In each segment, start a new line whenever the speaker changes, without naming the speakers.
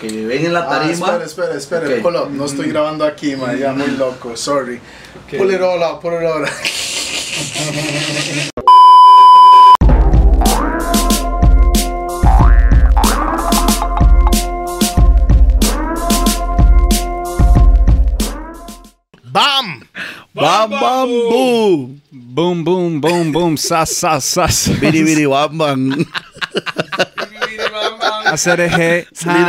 que ven en la tarima.
Espera.
Okay.
Pull up. No estoy grabando aquí, man. Ya muy loco. Sorry. Okay. Pull it all out. ¡Bam!
¡Bam, bam, boom!
Boom, boom, boom, boom, sas.
Biri, biri, bam, bam.
Hacer eje,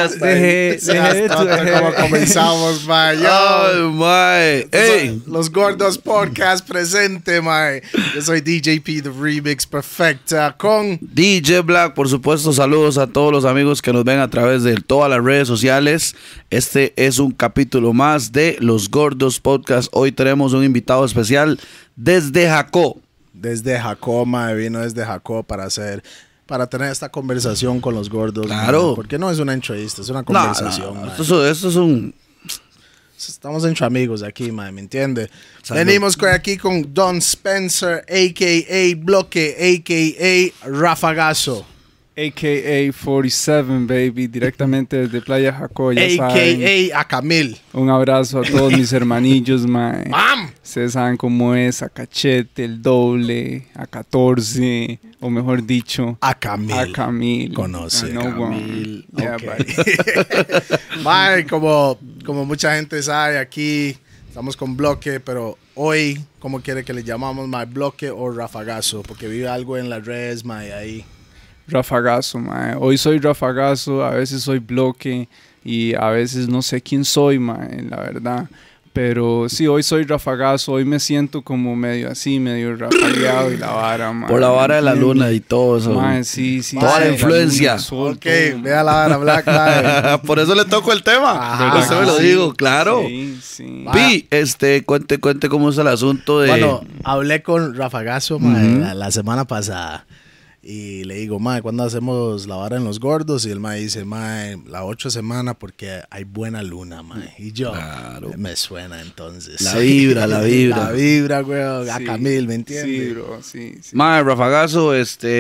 ¿Cómo comenzamos, man?
Ay, mae. Hey.
Los Gordos Podcast presente, man. Yo soy DJP, The Remix Perfecta, con
DJ Black, por supuesto. Saludos a todos los amigos que nos ven a través de todas las redes sociales. Este es un capítulo más de Los Gordos Podcast. Hoy tenemos un invitado especial desde Jacó.
Desde Jacó, man. Vino desde Jacó para tener esta conversación con los gordos.
Claro.
Man, porque no es una entrevista, es una conversación.
No. Esto es un...
Estamos entre amigos aquí, man, ¿me entiende? Venimos aquí con Don Spencer, a.k.a. Bloque, a.k.a. Rafagazo.
a.k.a. 47, baby, directamente desde Playa Jacó, ya saben.
A.k.a. Acamil.
Un abrazo a todos mis hermanillos, man.
¡Mam!
Ustedes saben cómo es, a Cachete, el doble, a 14, o mejor dicho,
Acamil. Conoce.
Acamil.
Yeah,
okay. Man, como mucha gente sabe, aquí estamos con Bloque, pero hoy, ¿cómo quiere que le llamamos, my Bloque o Rafagazo? Porque vive algo en las redes, my, ahí.
Rafagazo, mae. Hoy soy Rafagazo, a veces soy Bloque y a veces no sé quién soy, mae, la verdad. Pero sí, hoy soy Rafagazo, hoy me siento como medio así, medio rafagueado y la vara, mae.
Por la vara de la luna y todo eso.
Mae, sí.
Toda la influencia.
Ok, vea la vara, Black Live.
Por eso le toco el tema. Eso me lo digo, claro.
Sí.
Pi, cuente cómo es el asunto de...
Bueno, hablé con Rafagazo, mae, la semana pasada. Y le digo, mae, ¿cuándo hacemos la vara en Los Gordos? Y el mae dice, mae, la 8 semana porque hay buena luna, mae. Y yo,
claro.
Me suena entonces.
La vibra.
La vibra, güey, a Camil, ¿me entiendes?
Sí, bro, sí.
Mae, Rafagazo,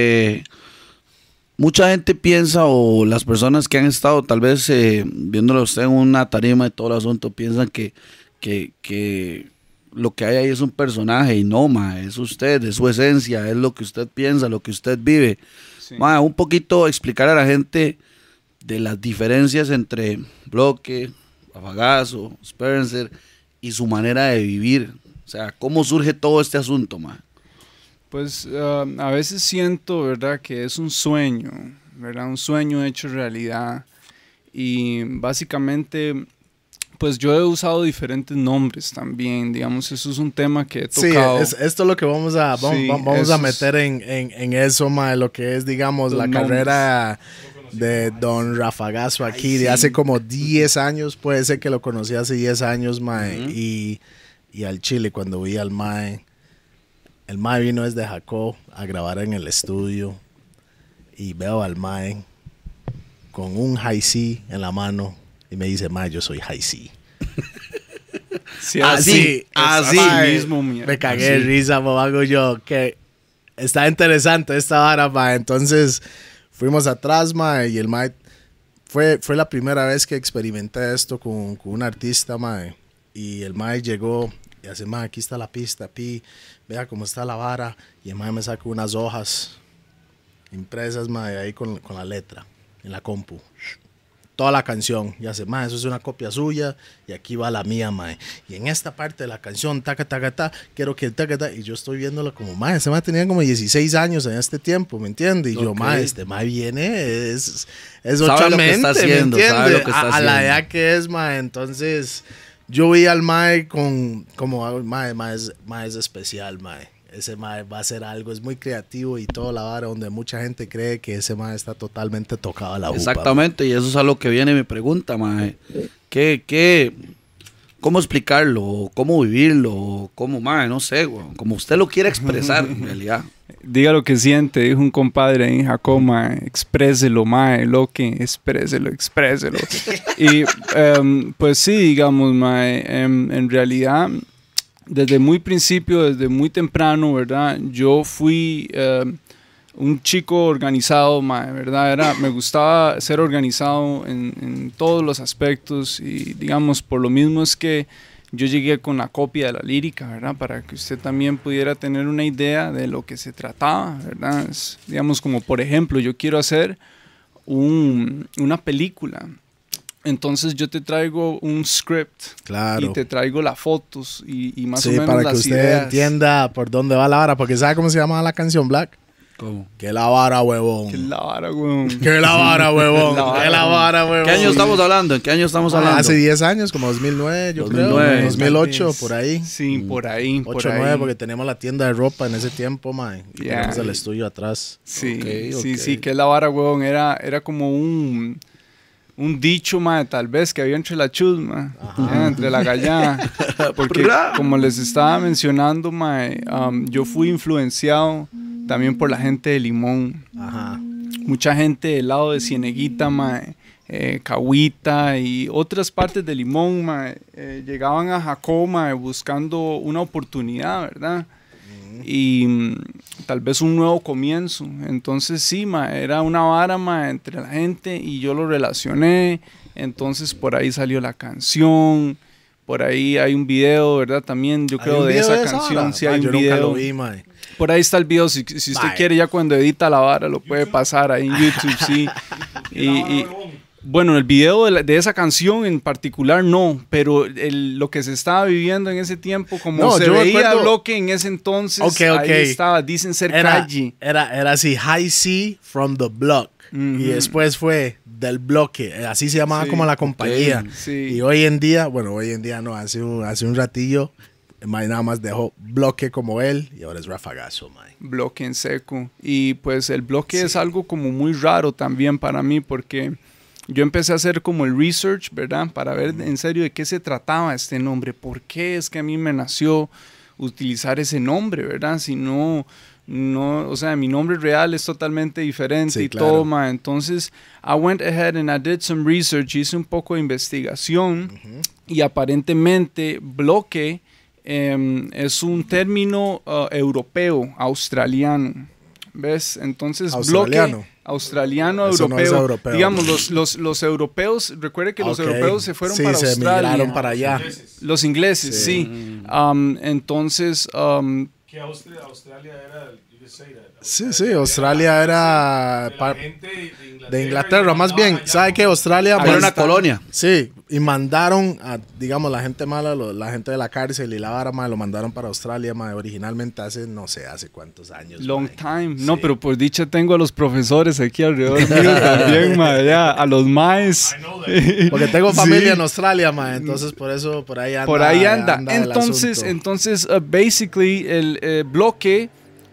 mucha gente piensa, o las personas que han estado tal vez viéndolo a usted en una tarima y todo el asunto, piensan que lo que hay ahí es un personaje, y no, mae, es usted, es su esencia, es lo que usted piensa, lo que usted vive. Sí. Mae, un poquito explicar a la gente de las diferencias entre Bloque, Rafagazo, Spencer y su manera de vivir. O sea, ¿cómo surge todo este asunto, mae?
Pues a veces siento, ¿verdad?, que es un sueño, ¿verdad? Un sueño hecho realidad. Y básicamente... Pues yo he usado diferentes nombres también, digamos, eso es un tema que he tocado.
Sí, esto es lo que vamos a meter en eso, mae, lo que es, digamos, la carrera de Don Rafagazo aquí, de hace como 10 años, puede ser que lo conocí hace 10 años, mae, y al Chile, cuando vi al mae, el mae vino desde Jacó a grabar en el estudio, y veo al mae con un Hi-C en la mano, y me dice, mae, yo soy Hi-C.
Sí,
así
mismo,
me cagué de risa, hago yo, que está interesante esta vara, mae. Entonces fuimos atrás, mae, y el mae fue la primera vez que experimenté esto con un artista, mae. Y el mae llegó y hace, mae, aquí está la pista, Pi, vea cómo está la vara. Y el mae me sacó unas hojas impresas, mae, ahí con la letra en la compu. Toda la canción, y hace, mae, eso es una copia suya, y aquí va la mía, mae. Y en esta parte de la canción, taca, quiero que taca, y yo estoy viéndolo como, mae, ese mae tenía como 16 años en este tiempo, ¿me entiendes? Y yo, mae, este mae viene, es otra mente, ¿me entiendes? A la edad que es, mae, entonces, yo vi al mae como, mae es especial, mae. Ese mae va a hacer algo, es muy creativo y toda la vara, donde mucha gente cree que ese mae está totalmente tocado a la upa.
Exactamente, mae. Y eso es a lo que viene mi pregunta, mae. ¿Cómo explicarlo? ¿Cómo vivirlo? ¿Cómo, mae? No sé, güey. Como usted lo quiere expresar, en realidad.
Diga lo que siente, dijo un compadre ahí en Jacó, mae. Expréselo, mae, loque, expréselo. Y pues sí, digamos, mae, en realidad... Desde muy principio, desde muy temprano, ¿verdad? Yo fui un chico organizado, mae, ¿verdad? Me gustaba ser organizado en todos los aspectos y digamos, por lo mismo es que yo llegué con la copia de la lírica, ¿verdad? Para que usted también pudiera tener una idea de lo que se trataba, ¿verdad? Digamos, como por ejemplo, yo quiero hacer una película. Entonces yo te traigo un script,
claro,
y te traigo las fotos y más o
sí,
menos
para
las
que usted
ideas.
entienda por dónde va la vara, porque ¿sabe cómo se llama la canción, Black?
¿Cómo?
Que la vara, huevón.
Que la vara, weón.
Que la vara, huevón. Que la vara, huevón.
¿Qué año estamos hablando? ¿En qué año estamos hablando?
Hace 10 años, como 2009, yo
2009.
creo. 2008, por ahí.
Sí, por ahí.
8 o 9, porque teníamos la tienda de ropa en ese tiempo, man. Y
Yeah.
teníamos el estudio atrás.
Sí,
Ok.
sí, que la vara, weón, era como un dicho, mae, tal vez que había entre la chusma, entre la gallada, porque como les estaba mencionando, mae, yo fui influenciado también por la gente de Limón.
Ajá.
Mucha gente del lado de Cieneguita, mae, Cahuita y otras partes de Limón, mae, llegaban a Jacó, mae, buscando una oportunidad, ¿verdad? Y tal vez un nuevo comienzo. Entonces sí, ma, era una vara, ma, entre la gente y yo lo relacioné. Entonces por ahí salió la canción, por ahí hay un video, ¿verdad? También yo creo de esa canción, sí hay un
yo
video.
nunca lo vi, man.
Por ahí está el video, si usted quiere ya cuando edita la vara lo puede pasar ahí en YouTube, sí. y bueno, el video de esa canción en particular no, pero lo que se estaba viviendo en ese tiempo, como
No,
se
yo
veía
recuerdo-
bloque en ese entonces, ahí estaba, dicen ser calle.
Era así, High C from the block. Y después fue del bloque. Así se llamaba
Sí,
como la compañía.
sí.
Y hoy en día, bueno, hoy en día no, hace un ratillo, mae nada más dejó bloque como él y ahora es Rafagazo, mae.
Bloque en seco. Y pues el bloque es algo como muy raro también para mí porque yo empecé a hacer como el research, ¿verdad? Para ver en serio de qué se trataba este nombre. ¿Por qué es que a mí me nació utilizar ese nombre, ¿verdad? Si no, o sea, mi nombre real es totalmente diferente
Sí,
y
claro.
todo, ma. Entonces, I went ahead and I did some research, hice un poco de investigación y aparentemente bloque es un término europeo, australiano. ¿Ves? Entonces,
¿Australiano?
bloque australiano,
Eso no
europeo.
es europeo.
Digamos, los europeos, recuerde que los
Ok.
europeos se fueron
Sí,
para
se
Australia.
migraron para allá.
Los ingleses, sí. Entonces,
Que Australia era, you could say that.
Sí, Australia era
De la gente de
de Inglaterra, más bien.
llegaban allá
¿Sabe qué? Australia
Era una
manda-
colonia.
Sí, y mandaron a, digamos, la gente mala, la gente de la cárcel y la vara, mae, lo mandaron para Australia, mae, originalmente hace, no sé, hace cuántos años.
long
mae.
time.
Sí.
No, pero por dicha tengo a los profesores aquí alrededor mío también, ma, ya, a los maes.
I know that.
Porque tengo familia
Sí.
en Australia, mae, entonces por eso, por ahí anda.
Por ahí anda.
el
Entonces,
asunto.
basically, el bloque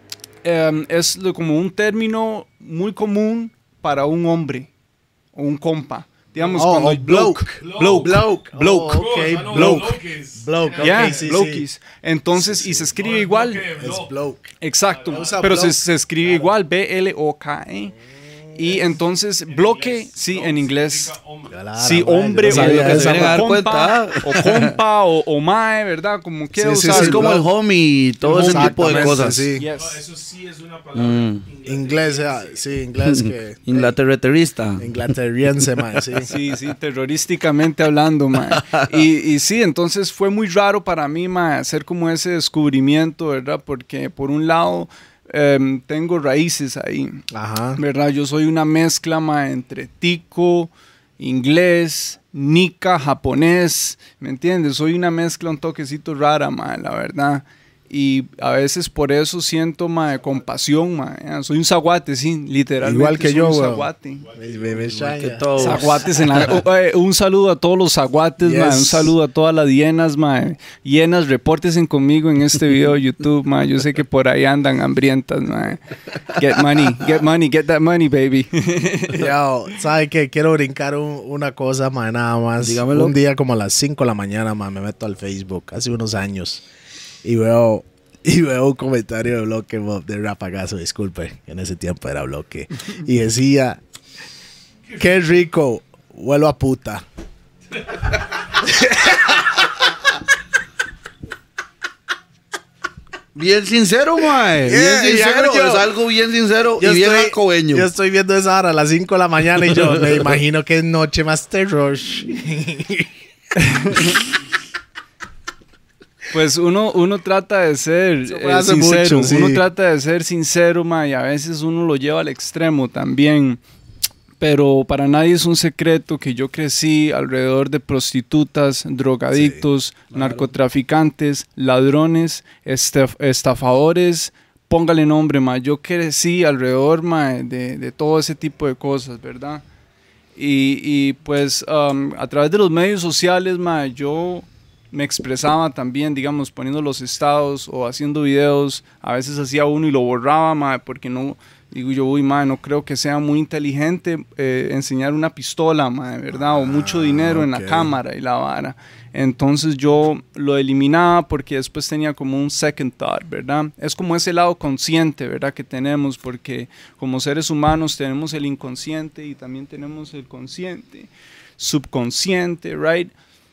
es como un término muy común para un hombre o un compa. Digamos,
Oh,
cuando
oh, bloke.
bloke.
Oh,
Of course, I
ok,
know
bloke.
what bloke is.
Bloke, ok,
Yeah,
sí,
blokies. Entonces,
Sí,
y
sí.
se escribe
No, es
igual.
bloque,
sí. Es bloke.
Exacto,
Usa
pero
bloke.
se escribe igual, B-L-O-K-E. Y entonces, bloque, sí, en inglés.
Significa hombre.
Ya la
Sí,
vara, mae,
hombre,
yo no
o,
sabía
lo que se
eso.
vienen a dar
compa,
cuenta.
o compa, o mae, ¿verdad? Como quiera
Sí, sí,
usar.
Es como el homie y todo ese tipo de
Exactamente,
cosas.
sí.
Yes.
No, eso sí es una palabra
Inglés, sí, inglés que...
Inglaterrista.
Inglaterriense, mae, sí.
Sí, terrorísticamente hablando, mae. Y sí, entonces fue muy raro para mí, mae, hacer como ese descubrimiento, ¿verdad? Porque por un lado tengo raíces ahí,
Ajá.
¿verdad? Yo soy una mezcla, mae, entre tico, inglés, nica, japonés, ¿me entiendes? Soy una mezcla un toquecito rara, mae, la verdad. Y a veces por eso siento, mae, compasión, mae. Soy un zaguate, sí, literalmente.
Igual que
soy
yo,
un
weón.
zaguate.
Me extraña.
Que todos.
Zaguates en la, un saludo a todos los zaguates,
Yes.
mae, un saludo a todas las hienas, mae. Hienas, repórtense conmigo en este video de YouTube, mae. Yo sé que por ahí andan hambrientas, mae. Get money, get that money, baby.
Yo, ¿sabe qué? Quiero brincar una cosa, mae, nada más.
Dígamelo.
Un día como a las 5 de la mañana, mae, me meto al Facebook, hace unos años, y veo un comentario de bloque Bob, de Rafagazo, disculpe, en ese tiempo era bloque, y decía, qué rico, huelo a puta.
Bien sincero, mae. Bien
Yeah,
sincero.
yo-
Es algo bien sincero y
Yo
bien
estoy-
alcobeño.
Yo estoy viendo esa hora a las 5 de la mañana y yo me imagino que noche más terror.
Pues uno trata de ser
Eso fue hace
sincero,
mucho, sí.
uno trata de ser sincero, ma, y a veces uno lo lleva al extremo también. Pero para nadie es un secreto que yo crecí alrededor de prostitutas, drogadictos, narcotraficantes, ladrones, estafadores, póngale nombre, ma. Yo crecí alrededor, ma, de todo ese tipo de cosas, ¿verdad? Y pues a través de los medios sociales, ma, yo me expresaba también, digamos, poniendo los estados o haciendo videos. A veces hacía uno y lo borraba, ma, porque no, digo yo, uy, ma, no creo que sea muy inteligente enseñar una pistola, ma, ¿verdad? O mucho dinero en la
ok.
cámara y la vara. Entonces yo lo eliminaba porque después tenía como un second thought, ¿verdad? Es como ese lado consciente, ¿verdad? Que tenemos, porque como seres humanos tenemos el inconsciente y también tenemos el consciente, subconsciente, right?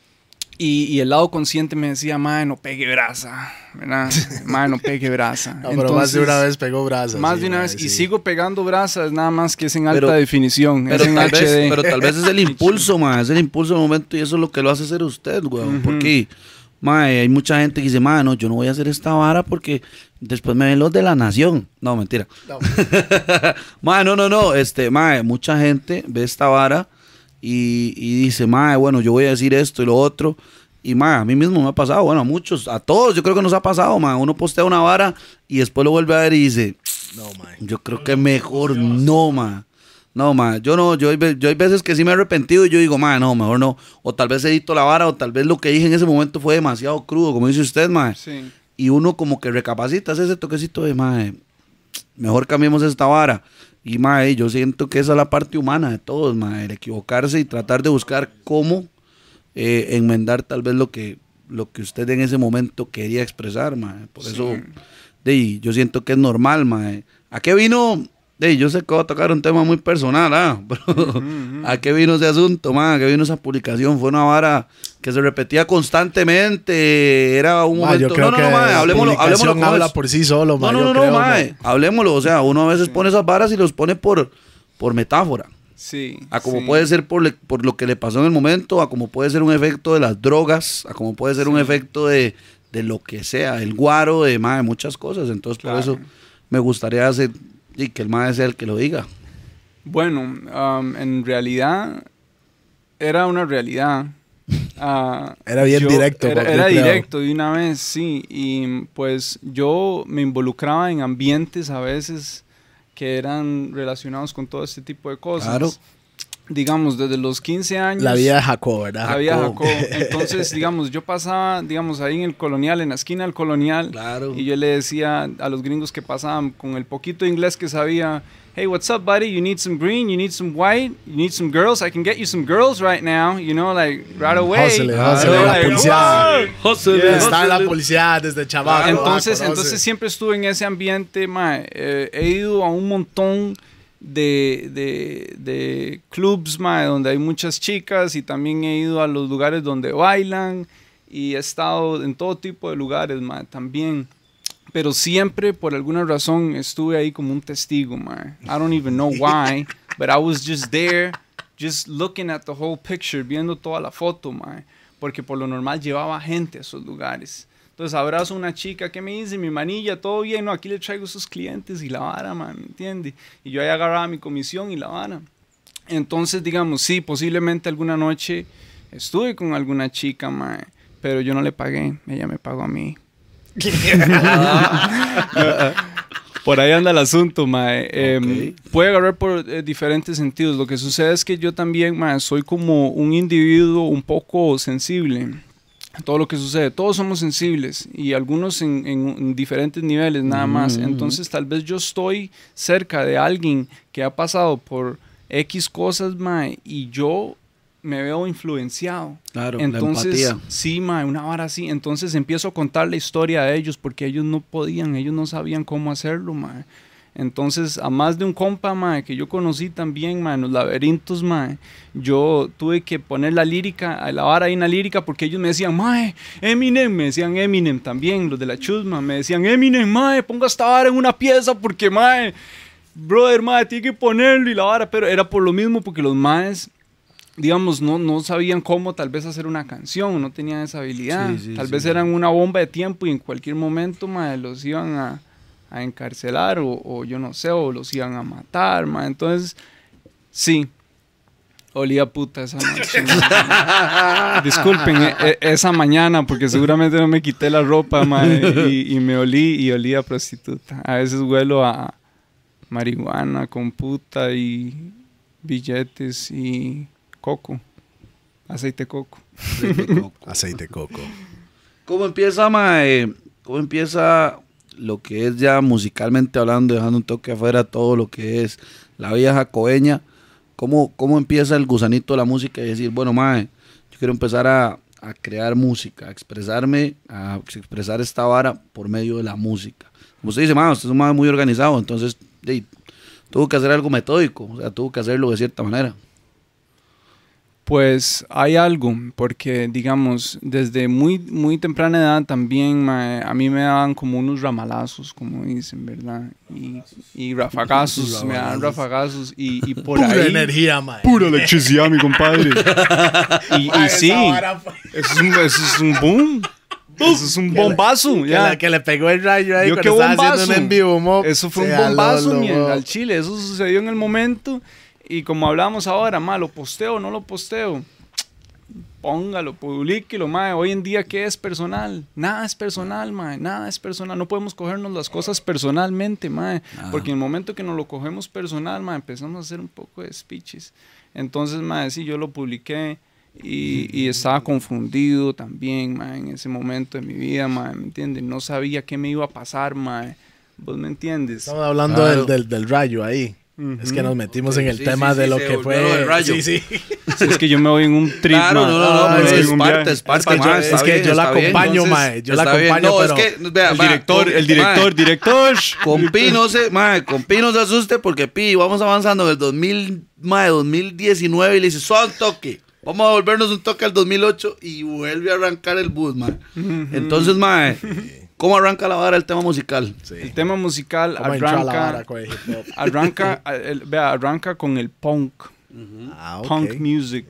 Y el lado consciente me decía, mae, no pegue brasa, ¿verdad? Mae, no pegue brasa.
No, pero más de una vez pegó brasas.
Más
sí,
de una
mae,
vez.
sí.
Y sigo pegando brasas, nada más que es en alta
Pero-
definición,
Pero
es en
tal, vez,
HD.
pero tal vez es el impulso, mae. Es el impulso del momento y eso es lo que lo hace ser usted, weón. Porque, mae, hay mucha gente que dice, mae, no, yo no voy a hacer esta vara porque después me ven los de La Nación. No, mentira.
No.
Mae, no. Mae, mucha gente ve esta vara y dice, mae, bueno, yo voy a decir esto y lo otro. Y, mae, a mí mismo me ha pasado, bueno, a muchos, a todos, yo creo que nos ha pasado, mae. Uno postea una vara y después lo vuelve a ver y dice,
No, mae.
yo creo que mejor no, ma. No, ma. Yo hay veces que sí me he arrepentido y yo digo, ma, no, mejor no. O tal vez edito la vara o tal vez lo que dije en ese momento fue demasiado crudo, como dice usted, ma.
Sí.
Y uno como que recapacita, hace ese toquecito de, ma, mejor cambiemos esta vara. Y, ma, yo siento que esa es la parte humana de todos, ma, el equivocarse y tratar de buscar cómo enmendar tal vez lo que usted en ese momento quería expresar, ma. Por eso, yo siento que es normal, ma. ¿A qué vino? Yo sé que voy a tocar un tema muy personal, pero ¿a qué vino ese asunto, ma? ¿A qué vino esa publicación? Fue una vara que se repetía constantemente, era un
Ma,
momento...
yo creo que
ma,
la
hablemoslo
publicación
con
habla
eso.
por sí solo, ma,
No,
yo creo,
ma,
ma.
hablemoslo, o sea, uno a veces pone esas varas y los pone por metáfora.
Sí.
A como
sí.
puede ser por lo que le pasó en el momento, a como puede ser un efecto de las drogas, a como puede ser un efecto de lo que sea, el guaro, de muchas cosas. Entonces,
Claro.
por eso me gustaría hacer, y que el mae sea el que lo diga.
Bueno, en realidad era una realidad.
Era bien directo,
Era,
yo
era
creo.
directo de una vez, sí. Y pues yo me involucraba en ambientes a veces que eran relacionados con todo este tipo de cosas.
Claro.
Digamos, desde los 15 años.
La vida de Jacob, ¿verdad?
La vida de
Jacob.
Jacob. Entonces, digamos, yo pasaba, digamos, ahí en el Colonial, en la esquina del Colonial.
Claro.
Y yo le decía a los gringos que pasaban con el poquito de inglés que sabía, hey, what's up, buddy? You need some green, you need some white, you need some girls. I can get you some girls right now, you know, like, right away.
Hustle,
And
hustle,
they're
la
like,
pulseada.
"What?" Yeah.
Está en la policía desde chaval.
Entonces siempre estuve en ese ambiente, mae. He ido a un montón de clubs, mae, donde hay muchas chicas, y también he ido a los lugares donde bailan, y he estado en todo tipo de lugares, mae, también. Pero siempre, por alguna razón, estuve ahí como un testigo, mae. I don't even know why, but I was just there, just looking at the whole picture, viendo toda la foto, mae. Porque por lo normal llevaba gente a esos lugares. Entonces abrazo a una chica, ¿qué me dice? Mi manilla, todo bien, no, aquí le traigo sus clientes y la vara, man, ¿me entiende? Y yo ahí agarraba mi comisión y la vara. Entonces, digamos, sí, posiblemente alguna noche estuve con alguna chica, mae, pero yo no le pagué, ella me pagó a mí. Por ahí anda el asunto, mae. Puede agarrar por diferentes sentidos. Lo que sucede es que yo también, mae, soy como un individuo un poco sensible a todo lo que sucede. Todos somos sensibles y algunos en diferentes niveles nada más. Entonces tal vez yo estoy cerca de alguien que ha pasado por X cosas, mae, y yo me veo influenciado.
Claro,
entonces,
la empatía.
sí, mae, una vara así. Entonces empiezo a contar la historia de ellos porque ellos no podían, ellos no sabían cómo hacerlo, mae. Entonces, a más de un compa, mae, que yo conocí también, mae, en los laberintos, mae, yo tuve que poner la lírica, a la vara ahí en la lírica, porque ellos me decían, mae, Eminem, me decían Eminem también, los de la chusma, me decían, Eminem, mae, ponga esta vara en una pieza, porque, mae, brother, mae, tiene que ponerlo y la vara, pero era por lo mismo, porque los maes, digamos, no sabían cómo tal vez hacer una canción, no tenían esa habilidad, tal vez eran una bomba de tiempo y en cualquier momento, mae, los iban a encarcelar o yo no sé, o los iban a matar, ma. Entonces, sí, olía puta esa noche. Disculpen, esa mañana, porque seguramente no me quité la ropa, ma, y me olía a prostituta. A veces huelo a marihuana con puta y billetes y coco, aceite de coco.
Aceite de coco.
¿Cómo empieza, mae? ¿Cómo empieza lo que es ya musicalmente hablando, dejando un toque afuera todo lo que es la vida jacobeña? ¿Cómo empieza el gusanito de la música y decir, bueno, mae, yo quiero empezar a crear música, a expresarme, a expresar esta vara por medio de la música? Como usted dice, mae, usted es un mae muy organizado, entonces tuvo que hacer algo metódico, o sea, tuvo que hacerlo de cierta manera.
Pues hay algo, porque digamos, desde muy, muy temprana edad también, mae, a mí me daban como unos ramalazos, como dicen, ¿verdad? Y rafagazos, me daban rafagazos y por
Pura
ahí...
energía, mae.
Pura electricidad, mi compadre. y sí, eso es un boom. Eso es un bombazo.
Que le pegó el rayo ahí
Yo,
cuando
qué
estaba
bombazo.
haciendo un en vivo, mo.
Eso fue un bombazo al chile. Eso sucedió en el momento. Y como hablamos ahora, ma, ¿lo posteo o no lo posteo? Póngalo, publíquelo, mae. Hoy en día, ¿qué es personal? Nada es personal, mae. Nada es personal. No podemos cogernos las cosas personalmente, mae. Porque en el momento que nos lo cogemos personal, mae, empezamos a hacer un poco de speeches. Entonces, mae, sí, yo lo publiqué y estaba confundido también, mae, en ese momento de mi vida, mae, ¿me entiendes? No sabía qué me iba a pasar, mae. ¿Vos me entiendes?
Estamos hablando del rayo ahí. Es que nos metimos en el tema de lo que fue
el rayo.
Sí.
Es que yo me voy en un trip,
Claro,
mae.
no, pero
en
es
un
parte,
viaje.
es parte.
Es que yo la acompaño, mae. Yo la acompaño,
No,
pero...
es que, vea,
El director.
Con Pi no se asuste porque Pi, vamos avanzando en el 2019 y le dice, son toque. Vamos a volvernos un toque al 2008 y vuelve a arrancar el bus, mae. Entonces, mae, ¿cómo arranca la vara el tema musical?
Sí.
El tema musical
¿Cómo entró a la
arranca...
vara con el hip hop?
arranca con el punk.
Ah, ok.
Punk music.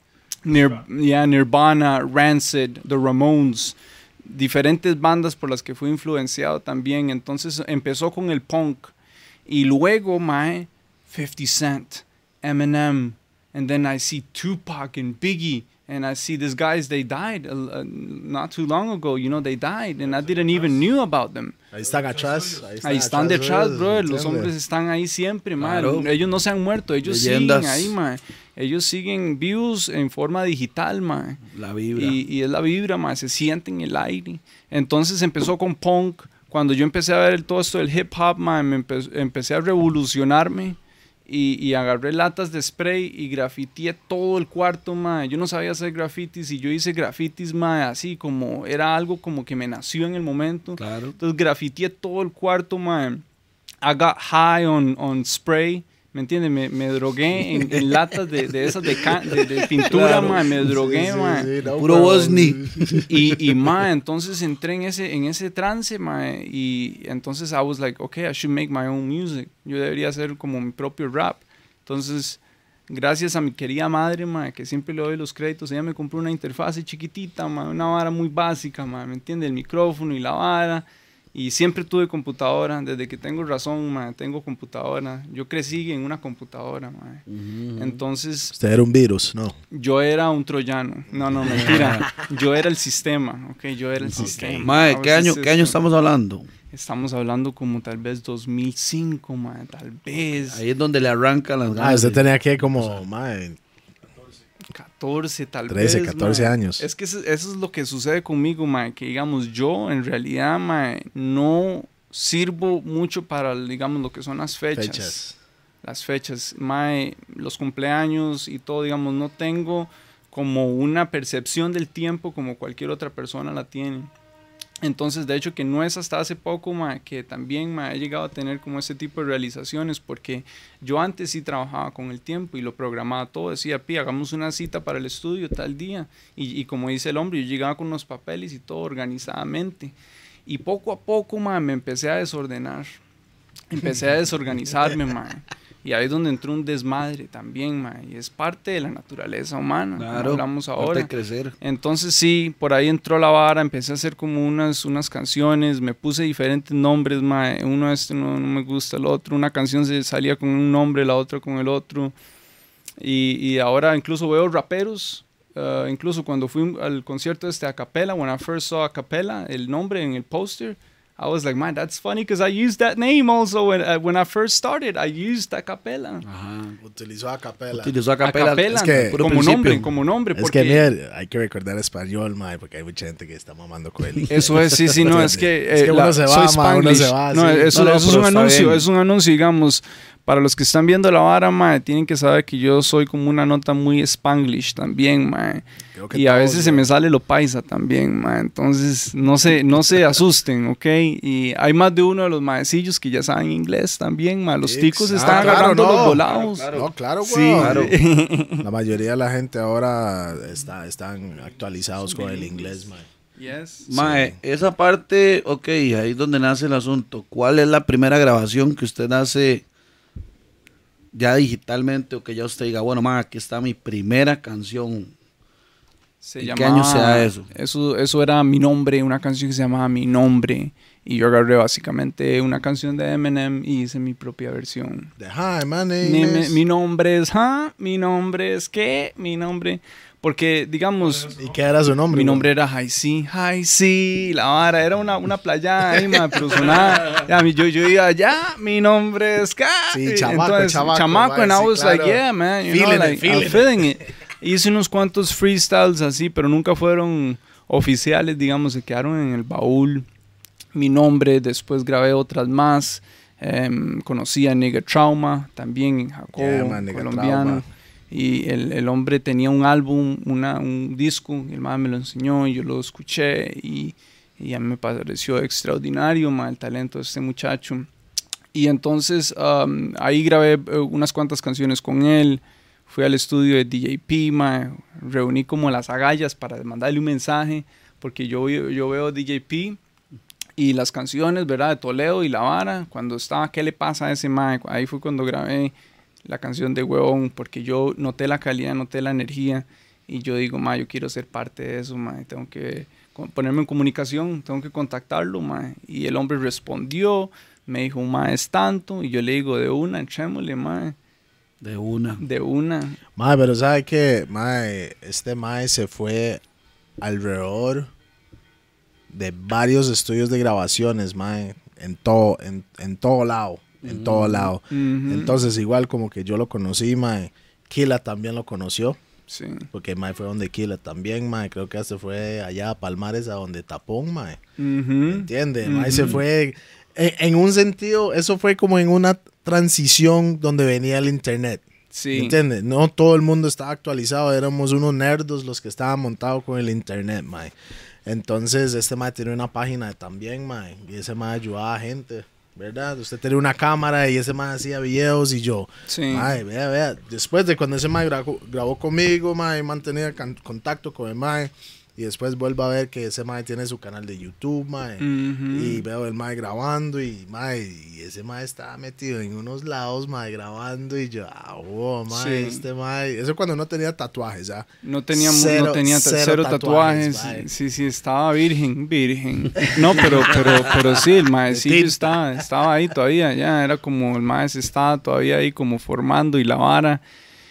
Nirvana, Rancid, The Ramones, diferentes bandas por las que fui influenciado también. Entonces empezó con el punk y luego, mae, 50 Cent, Eminem, and then I see Tupac and Biggie, and I see these guys, they died not too long ago, you know, they died, and I didn't even knew about them.
Ahí están atrás.
Ahí están detrás, bro. Los hombres están ahí siempre, man.
Claro.
Ellos no se han muerto, ellos
Leyendas.
siguen ahí, man. Ellos siguen vivos en forma digital, man.
La vibra.
Y es la vibra, man. Se siente en el aire. Entonces empezó con punk. Cuando yo empecé a ver todo esto del hip hop, man, empecé a revolucionarme. Y agarré latas de spray y grafiteé todo el cuarto, mae. Yo no sabía hacer grafitis y yo hice grafitis, mae, así como era algo como que me nació en el momento.
Claro.
Entonces grafiteé todo el cuarto, mae. I got high on spray, ¿me entiendes? Me drogué en latas de esas de pintura, claro. Mae. Me drogué, mae.
no,
Puro Bosni.
Y mae, entonces entré en ese trance, mae, y entonces I was like, okay, I should make my own music. Yo debería hacer como mi propio rap. Entonces, gracias a mi querida madre, mae, que siempre le doy los créditos, ella me compró una interfaz chiquitita, mae, una vara muy básica, mae, ¿me entiende? El micrófono y la vara. Y siempre tuve computadora, desde que tengo razón, mae, tengo computadora. Yo crecí en una computadora, mae. Entonces...
Usted era un virus, ¿no?
Yo era un troyano. No, mentira. Yo era el sistema, ok, yo era el sistema.
Mae, ¿qué año estamos hablando?
Estamos hablando como tal vez 2005, mae, tal vez.
Ahí es donde le arrancan las ganas.
Usted tenía que como, mae...
14, tal
13,
vez.
14
mae.
años.
Es que eso es lo que sucede conmigo, mae, que digamos, yo en realidad, mae, no sirvo mucho para, digamos, lo que son las fechas. Las fechas, mae, los cumpleaños y todo, digamos, no tengo como una percepción del tiempo como cualquier otra persona la tiene. Entonces, de hecho, que no es hasta hace poco, ma, que también ma, he llegado a tener como ese tipo de realizaciones, porque yo antes sí trabajaba con el tiempo y lo programaba todo, decía, hagamos una cita para el estudio tal día, y como dice el hombre, yo llegaba con los papeles y todo organizadamente, y poco a poco, ma, me empecé a desordenar, empecé a desorganizarme, ma. Y ahí es donde entró un desmadre también, ma, y es parte de la naturaleza humana,
Claro,
como hablamos ahora.
de crecer.
Entonces sí, por ahí entró la vara, empecé a hacer como unas canciones, me puse diferentes nombres, ma, uno no me gusta, el otro, una canción se salía con un nombre, la otra con el otro, y ahora incluso veo raperos, incluso cuando fui al concierto a capella, when I first saw a capella, el nombre en el póster, I was like, man, that's funny because I used that name also when I first started. I used a capella.
Ajá.
Utilizó a capela.
Utilizó a capela.
Es que,
como nombre.
Es
porque,
que mira, hay que recordar español, mae, porque hay mucha gente que está mamando con él.
Eso es, sí, no, es que,
es que uno se va,
soy
uno se va.
No,
Sí.
eso es un anuncio, digamos. Para los que están viendo la vara, mae, tienen que saber que yo soy como una nota muy spanglish también, mae. Y a veces se me sale lo paisa también, mae. Entonces, no se asusten, ¿ok? Y hay más de uno de los maecillos que ya saben inglés también, mae. Los ticos están agarrando los volados.
Claro,
sí,
claro. La mayoría de la gente ahora están actualizados con el inglés, mae.
Yes.
Mae, esa parte, ok, ahí es donde nace el asunto. ¿Cuál es la primera grabación que usted hace ya digitalmente o que ya usted diga, bueno, mae, aquí está mi primera canción? ¿En qué año sea eso?
Eso era Mi Nombre, una canción que se llamaba Mi Nombre. Y yo agarré básicamente una canción de Eminem y hice mi propia versión.
De Hi, my name is...
Mi nombre es mi nombre es ¿qué? Mi nombre... Porque, digamos...
¿Y qué era su nombre?
Mi nombre era High C, la vara, era una playa ahí, ma, pero sonaba... yo iba, mi nombre es K.
Sí, chamaco,
and I was
claro.
like, yeah, man,
Feeling
it. Hice unos cuantos freestyles así, pero nunca fueron oficiales, digamos, se quedaron en el baúl. Mi Nombre, después grabé otras más. Conocí a Nigga Trauma, también en Jacobo, colombiano. Trauma. Y el hombre tenía un álbum, un disco, el man me lo enseñó y yo lo escuché y a mí me pareció extraordinario, el talento de este muchacho. Y entonces ahí grabé unas cuantas canciones con él, fui al estudio de DJP, reuní como las agallas para mandarle un mensaje, porque yo veo DJP y las canciones, ¿verdad? De Toledo y La Vara, cuando estaba ¿Qué le pasa a ese mae? Ahí fue cuando grabé la canción de Huevón, porque yo noté la calidad, noté la energía y yo digo, yo quiero ser parte de eso, tengo que ponerme en comunicación, tengo que contactarlo, y el hombre respondió, me dijo, es tanto, y yo le digo, de una, echémosle,
De una.
Pero ¿sabe qué? Este se fue alrededor de varios estudios de grabaciones, en todo lado. En todo lado. Entonces, igual como que yo lo conocí, Killa también lo conoció.
Sí.
Porque fue donde Killa también, creo que hasta fue allá a Palmares, a donde Tapón,
¿Me
entiende? Se fue, en un sentido, eso fue como en una transición donde venía el internet.
Sí.
¿Entiendes? No todo el mundo estaba actualizado, éramos unos nerdos los que estaban montados con el internet, Entonces, este tiene una página también, y ese ayudaba a gente, ¿verdad? Usted tenía una cámara y ese hacía videos y yo,
sí.
Vea. Después de cuando ese grabó conmigo, mantenía contacto con el y después vuelvo a ver que ese tiene su canal de YouTube, y veo el grabando y ese estaba metido en unos lados, grabando y yo,
sí.
este eso cuando no tenía tatuajes, ¿ya?
No tenía cero tatuajes. Sí, estaba virgen. No, pero sí, el maecillo estaba ahí todavía, ya, era como el maestro estaba todavía ahí como formando y la vara.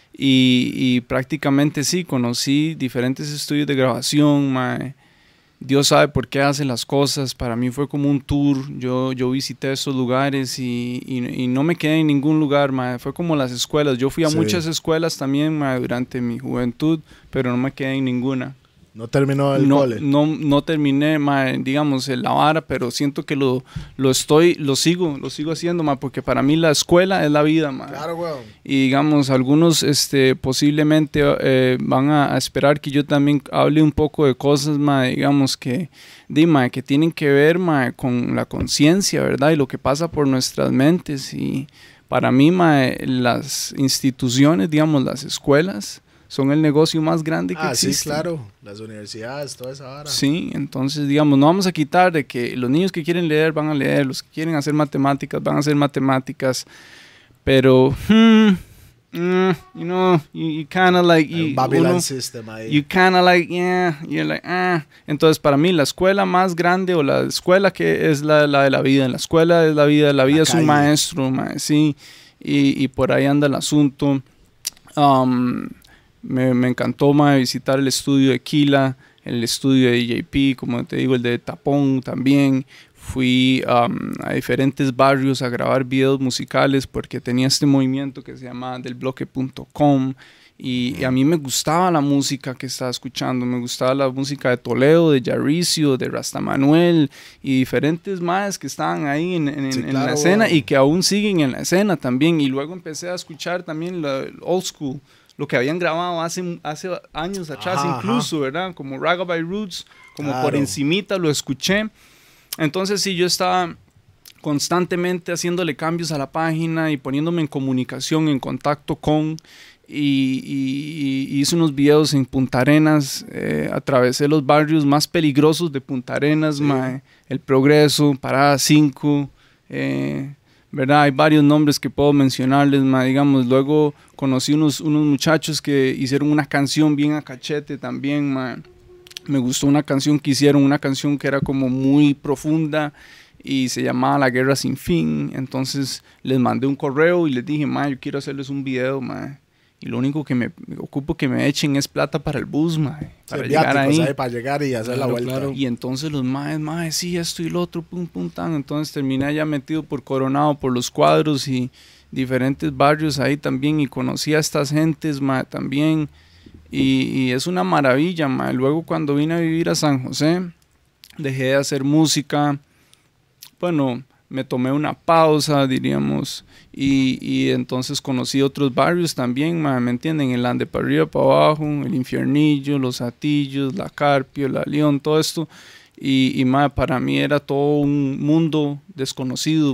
Y prácticamente sí, conocí diferentes estudios de grabación, Dios sabe por qué hace las cosas. Para mí fue como un tour, yo visité esos lugares y no me quedé en ningún lugar, fue como las escuelas. Yo fui a muchas escuelas también, durante mi juventud, pero no me quedé en ninguna.
No terminó el cole.
No terminé, mae, digamos, la vara, pero siento que lo sigo haciendo, mae, porque para mí la escuela es la vida, mae.
Claro, weón.
Y digamos, algunos posiblemente van a esperar que yo también hable un poco de cosas, mae, digamos, que tienen que ver, mae, con la conciencia, ¿verdad? Y lo que pasa por nuestras mentes. Y para mí, mae, las instituciones, digamos, las escuelas, son el negocio más grande que existe.
Sí, claro. Las universidades, toda esa vara.
Sí, entonces, digamos, no vamos a quitar de que los niños que quieren leer van a leer, los que quieren hacer matemáticas van a hacer matemáticas, pero, you know, you kind of like...
Babylon system ahí.
You kind of like, yeah, you're like, Entonces, para mí, la escuela más grande o la escuela que es la de la vida, la escuela es la vida es un maestro, sí, y por ahí anda el asunto. Me encantó, mae, visitar el estudio de Kila, el estudio de DJP, como te digo, el de Tapón también. Fui a diferentes barrios a grabar videos musicales porque tenía este movimiento que se llama delbloque.com y a mí me gustaba la música que estaba escuchando, me gustaba la música de Toledo, de Yarricio, de Rastamanuel y diferentes más que estaban ahí en la escena y que aún siguen en la escena también. Y luego empecé a escuchar también el old school, lo que habían grabado hace años atrás, incluso, ¿verdad? Como Ragabay Roots, como por encimita lo escuché. Entonces sí, yo estaba constantemente haciéndole cambios a la página y poniéndome en comunicación, en contacto con, y hice unos videos en Punta Arenas, atravesé los barrios más peligrosos de Punta Arenas, El Progreso, Parada 5, ¿verdad? Hay varios nombres que puedo mencionarles, digamos. Luego conocí unos muchachos que hicieron una canción bien a cachete también, me gustó una canción que hicieron, una canción que era como muy profunda y se llamaba La Guerra Sin Fin. Entonces les mandé un correo y les dije, yo quiero hacerles un video, y lo único que me ocupo que me echen es plata para el bus, para llegar ahí.
Para llegar y hacer la vuelta. Claro.
Y entonces los sí, esto y lo otro, pum, pum, tan. Entonces terminé ya metido por Coronado, por Los Cuadros y diferentes barrios ahí también, y conocí a estas gentes, también. Y es una maravilla, Luego cuando vine a vivir a San José, dejé de hacer música. Bueno, me tomé una pausa, diríamos, y entonces conocí otros barrios también, ¿me entienden? El Ande para arriba, para abajo, el Infiernillo, Los Atillos, La Carpio, La León, todo esto. Y para mí era todo un mundo desconocido,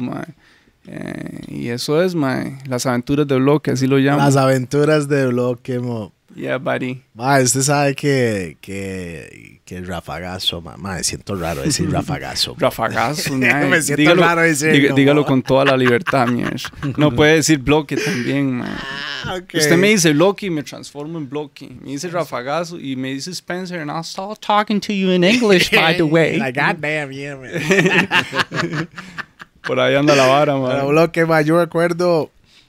y eso es, las aventuras de Bloque, así lo llamo.
Las aventuras de Bloque,
Yeah, buddy.
Usted sabe que el rafagazo, siento raro decir rafagazo.
Rafagazo,
me siento raro decirlo.
Dígalo con toda la libertad, No puede decir Bloque también, Okay. Usted me dice Bloque y me transformo en Bloque. Me dice rafagazo y me dice Spencer, and I'll start talking to you in English, by the way.
Like, goddamn, yeah, man.
Por ahí anda la vara,
Pero Bloque, yo recuerdo...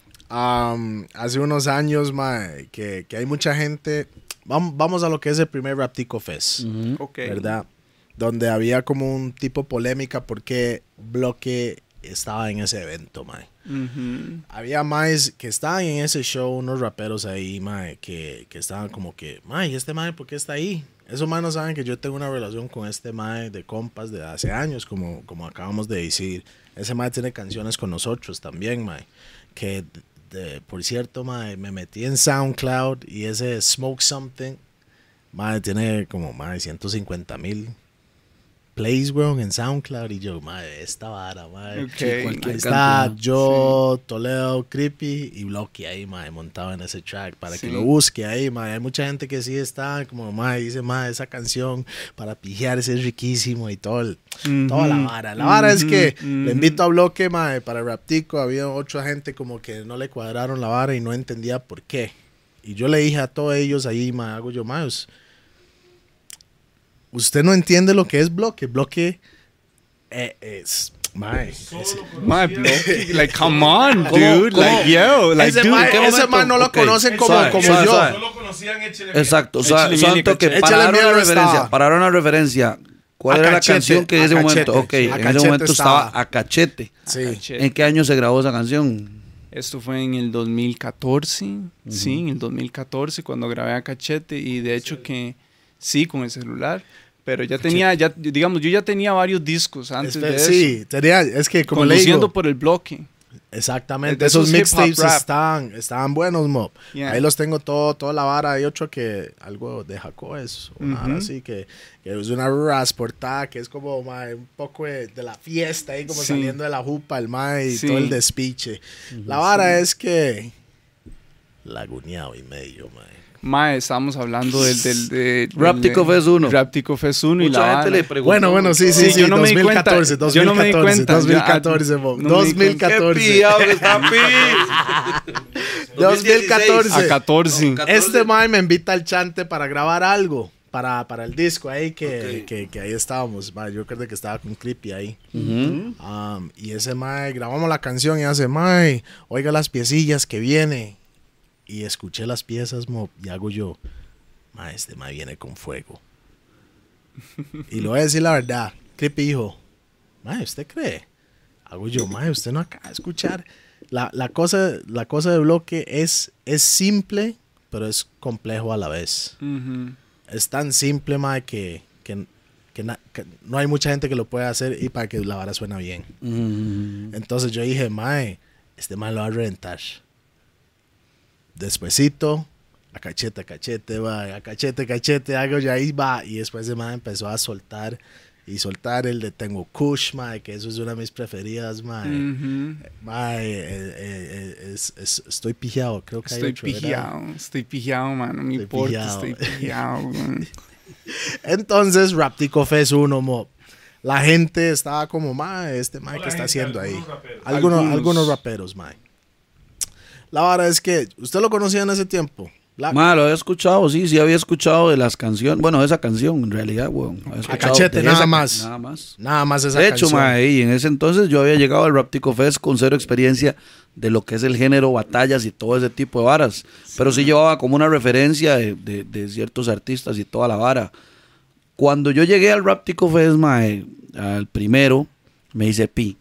hace unos años, que hay mucha gente. Vamos a lo que es el primer Raptico Fest, ¿verdad? Donde había como un tipo polémica porque Bloque estaba en ese evento, Había más que estaban en ese show, unos raperos ahí, que estaban como que, ¿y este por qué está ahí? Esos no saben que yo tengo una relación con este de compas de hace años, como acabamos de decir. Ese tiene canciones con nosotros también, que... por cierto, me metí en SoundCloud y ese Smoke Something, tiene como 150,000 plays, weón, en SoundCloud. Y yo, esta vara,
Okay.
Ahí está yo, Toledo, Creepy y Bloque ahí, montado en ese track para que lo busque ahí, Hay mucha gente que sí está como, dice, esa canción para pijear es riquísimo y todo toda la vara. La vara es que le invito a Bloque, para Raptico. Había otra gente como que no le cuadraron la vara y no entendía por qué. Y yo le dije a todos ellos ahí, hago yo, usted no entiende lo que es Bloque. Bloque es...
Bloque, like, come on, dude. Like, yo, like,
ese man no lo conocen como yo.
Solo conocían Échele.
Exacto, santo que pararon la referencia. ¿Cuál era la canción que en ese momento? En ese momento estaba A Cachete.
Sí.
¿En qué año se grabó esa canción?
Esto fue en el 2014, sí, en el 2014 cuando grabé A Cachete, y de hecho que Sí, con el celular. Pero ya tenía, digamos, yo ya tenía varios discos antes de eso.
Sí, es que como le digo...
Conduciendo por el bloque.
Exactamente,
De
esos
esos
mixtapes
hip-hop rap.
estaban buenos, mo.
Yeah.
Ahí los tengo toda la vara. Hay otro que, algo de Jaco es, una vara así, que es una rasportada, que es como un poco de la fiesta, ahí como saliendo de la jupa, el mae y todo el despiche. La vara es que... laguneado y medio, mae.
Mae, estábamos hablando del
Raptico Fest 1.
Raptico Fest 1 y
Mucha
la
gente
vara.
le preguntó.
Bueno, sí,
yo no me di cuenta.
2014,
Yo no me di cuenta.
2014, mo.
No me di cuenta.
2014.
¡Qué pillado que está, pi!
2014.
A 14.
Este mae me invita al chante para grabar algo. Para el disco ahí que ahí estábamos. Mae, yo creo que estaba con Creepy ahí. Y ese mae, grabamos la canción y hace, mae, oiga las piecillas que viene. Y escuché las piezas, mo, y hago yo, mae, este mae viene con fuego. Y le voy a decir la verdad. Creepy dijo, mae, ¿usted cree? Hago yo, mae, usted no acaba de escuchar. La cosa de bloque es simple, pero es complejo a la vez. Es tan simple, mae, que no hay mucha gente que lo pueda hacer y para que la vara suena bien. Entonces yo dije, mae, este mae lo va a reventar. Despuesito, a cachete, va, a cachete, hago ya ahí va. Y después de mae empezó a soltar el de Tengo Kush, mae, que eso es una de mis preferidas, mae. Mae, estoy pijado, creo que
Estoy pijado, man, no me importa, estoy pijado.
Entonces, Raptico Fest 1, mo. La gente estaba como, mae, este mae que está haciendo ahí. Algunos raperos, mae. La vara es que, ¿usted lo conocía en ese tiempo?
Ma, lo había escuchado, sí había escuchado de las canciones. Bueno, esa canción, en realidad, weón.
A cachete, nada más esa
de hecho,
canción.
Ma, y en ese entonces yo había llegado al Raptico Fest con cero experiencia de lo que es el género, batallas y todo ese tipo de varas. Pero sí llevaba como una referencia de ciertos artistas y toda la vara. Cuando yo llegué al Raptico Fest, ma, al primero, me dice Pi.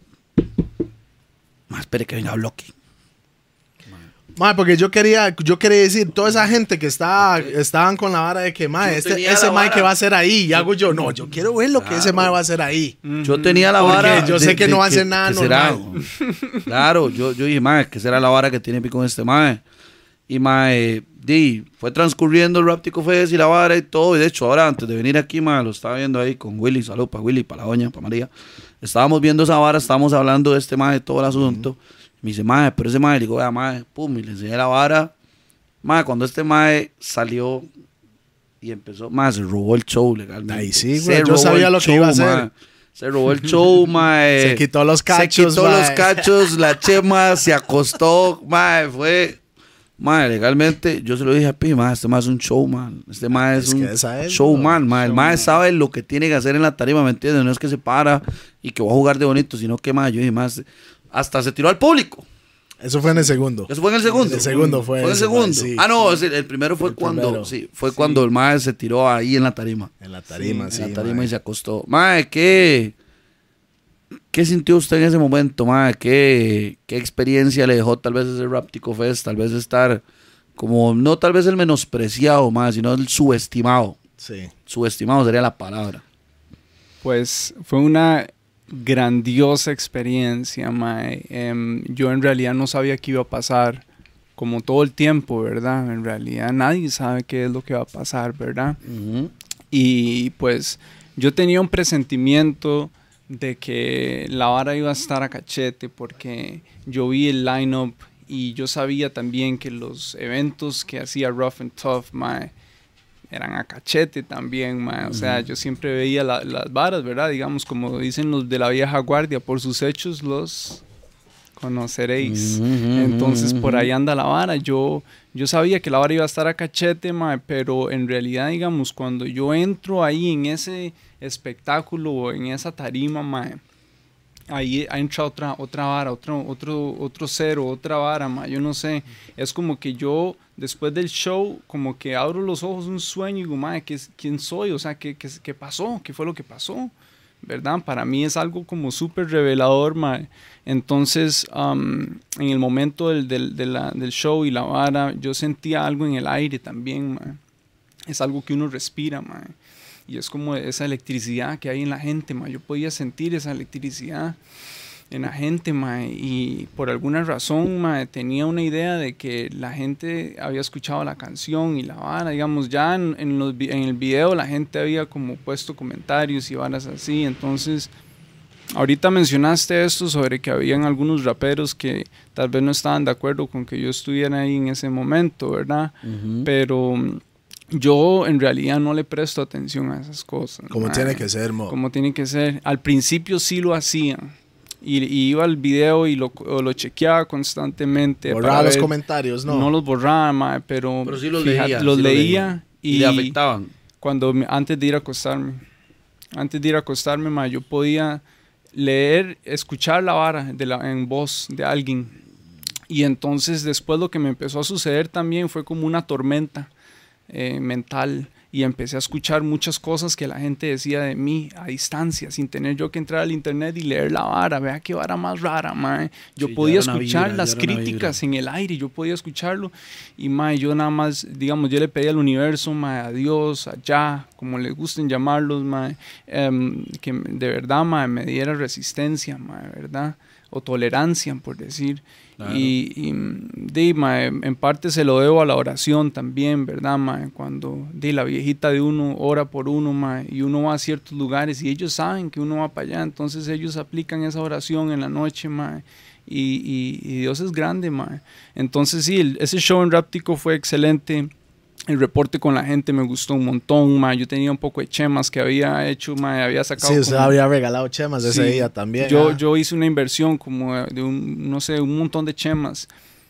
Ma, espere que venga Bloque.
Mae, porque yo quería decir, toda esa gente que estaban con la vara de que, mae, ese mae que va a ser ahí, y hago yo, no, yo quiero ver lo que ese mae va a hacer ahí.
Yo tenía la vara.
Porque yo sé que no va a hacer nada normal.
Claro, yo dije, mae, que será la vara que tiene con este mae. Y mae, fue transcurriendo el Raptico Fest y la vara y todo. Y de hecho, ahora antes de venir aquí, mae, lo estaba viendo ahí con Willy. Salud para Willy, para la doña, para María. Estábamos viendo esa vara, estábamos hablando de este mae, de todo el asunto. Me dice, mae, pero ese mae, le digo, vea, mae, pum, y le enseñé la vara. Mae, cuando este mae salió y empezó, mae, se robó el show legalmente.
Ahí sí, güey, yo sabía lo que iba a hacer.
Mae. Se robó el show, mae.
Se quitó los cachos,
la chema se acostó, mae, fue... Mae, legalmente, yo se lo dije a Pi, mae, este mae es un showman. Este mae es un showman, mae. El mae sabe lo que tiene que hacer en la tarima, ¿me entiendes? No es que se para y que va a jugar de bonito, sino que, mae, yo dije, mae, hasta se tiró al público.
Eso fue en el segundo.
Eso fue en el segundo.
El segundo fue.
Fue en el segundo.
Sí.
Ah, no, el primero fue cuando el mae se tiró ahí en la tarima.
En la tarima, sí.
En la tarima y se acostó. Mae, ¿qué sintió usted en ese momento, mae? ¿Qué experiencia le dejó tal vez ese Raptico Fest? Tal vez estar como, no tal vez el menospreciado, mae, sino el subestimado.
Sí.
Subestimado sería la palabra.
Pues fue una grandiosa experiencia, mae. Yo en realidad no sabía qué iba a pasar, como todo el tiempo, ¿verdad? En realidad nadie sabe qué es lo que va a pasar, ¿verdad? Y pues yo tenía un presentimiento de que la vara iba a estar a cachete porque yo vi el line-up y yo sabía también que los eventos que hacía Rough and Tough, mae, eran a cachete también, mae. O sea, yo siempre veía las varas, ¿verdad? Digamos, como dicen los de la vieja guardia, por sus hechos los conoceréis. Entonces, por ahí anda la vara. Yo sabía que la vara iba a estar a cachete, mae, pero en realidad, digamos, cuando yo entro ahí en ese espectáculo o en esa tarima, mae, ahí entra otra vara, otro cero, otra vara, mae, yo no sé. Es como que yo, después del show, como que abro los ojos, un sueño, y digo, mae, ¿quién soy? O sea, ¿qué pasó? ¿Qué fue lo que pasó? ¿Verdad? Para mí es algo como súper revelador, mae. Entonces, en el momento del show y la vara, yo sentía algo en el aire también, mae. es algo que uno respira, mae. Y es como esa electricidad que hay en la gente, mae. Yo podía sentir esa electricidad en la gente, mae, y por alguna razón, mae, tenía una idea de que la gente había escuchado la canción y la vara, digamos, ya en el video la gente había como puesto comentarios y varas así. Entonces, ahorita mencionaste esto sobre que habían algunos raperos que tal vez no estaban de acuerdo con que yo estuviera ahí en ese momento, ¿verdad? Pero yo en realidad no le presto atención a esas cosas.
Como tiene que ser, mo.
Como tiene que ser. Al principio sí lo hacía. Y iba al video y lo chequeaba constantemente.
Borraba los comentarios, ¿no?
No los borraba, mae, pero
sí los
fíjate,
leía.
los
Sí
leía
y le afectaban.
Antes de ir a acostarme. Antes de ir a acostarme, mae, yo podía leer, escuchar la vara en voz de alguien. Y entonces después lo que me empezó a suceder también fue como una tormenta mental. Y empecé a escuchar muchas cosas que la gente decía de mí a distancia, sin tener yo que entrar al internet y leer la vara. Vea qué vara más rara, mae. Yo
Sí,
podía
ya era una
escuchar
vibra,
las
ya era una
críticas
vibra.
en el aire, yo podía escucharlo. Y mae, yo nada más, digamos, yo le pedí al universo, mae, a Dios, a Yah, como les gusten llamarlos, mae, que de verdad, mae, me diera resistencia, mae, ¿verdad? O tolerancia, por decir.
Claro.
Mae, en parte se lo debo a la oración también, ¿verdad, mae? Cuando la viejita de uno ora por uno, mae, y uno va a ciertos lugares y ellos saben que uno va para allá, entonces ellos aplican esa oración en la noche, mae, y Dios es grande, mae. Entonces sí, ese show en Ráptico fue excelente. El reporte con la gente me gustó un montón, mae. Yo tenía un poco de chemas que había hecho, mae. Había sacado.
Sí, usted había regalado chemas ese día también.
Yo hice una inversión como de un montón de chemas.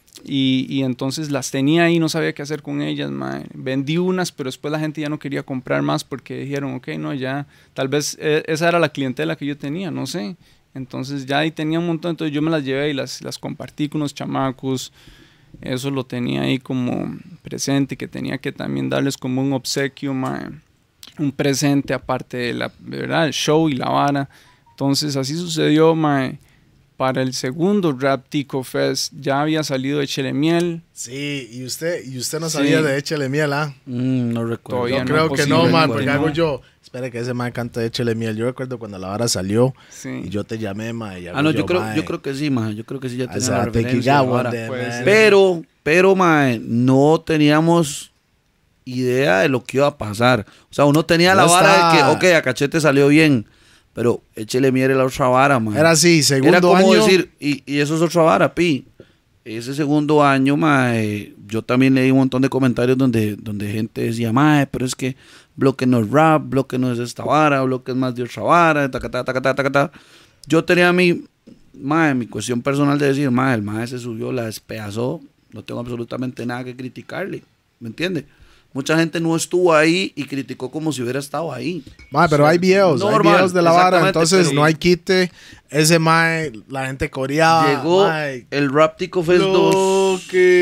Y entonces las tenía ahí, no sabía qué hacer con ellas, mae. Vendí unas, pero después la gente ya no quería comprar más porque dijeron, ok, no, ya. Tal vez esa era la clientela que yo tenía, no sé. Entonces ya ahí tenía un montón, entonces yo me las llevé y las compartí con unos chamacos. Eso lo tenía ahí como presente, que tenía que también darles como un obsequio, mae, un presente aparte de ¿verdad? El show y la vara. Entonces así sucedió, mae. Para el segundo Ráptico Fest ya había salido Échele Miel.
Sí, y usted no sabía de Échele Miel, ¿ah?
No recuerdo.
Todavía
Yo creo que no, man, porque
no.
hago yo. Espera que ese man canta Échele Miel. Yo recuerdo cuando la vara salió y
Sí.
yo te llamé, man.
Yo creo que sí, mae. Yo creo que sí ya tenía la referencia.
Tequiga,
la vara.
Puede ser.
Pero, mae, no teníamos idea de lo que iba a pasar. O sea, uno tenía la vara de que, ok, a Cachete salió bien, pero Échele Miel era la otra vara, mae.
Era así, segundo
Era como
año.
decir, y eso es otra vara, pi. Ese segundo año, mae, yo también leí un montón de comentarios donde gente decía, mae, pero es que Bloque no es rap, Bloque no es esta vara, Bloque es más de otra vara, ta. Yo tenía mi cuestión personal de decir, mae, el mae se subió, la despedazó, no tengo absolutamente nada que criticarle, ¿me entiende? Mucha gente no estuvo ahí y criticó como si hubiera estado ahí.
Mae, pero hay videos de la vara,
exactamente,
entonces
pero
no hay quite. Ese mae, la gente coreaba.
llegó
mae,
el Ráptico Fest 2.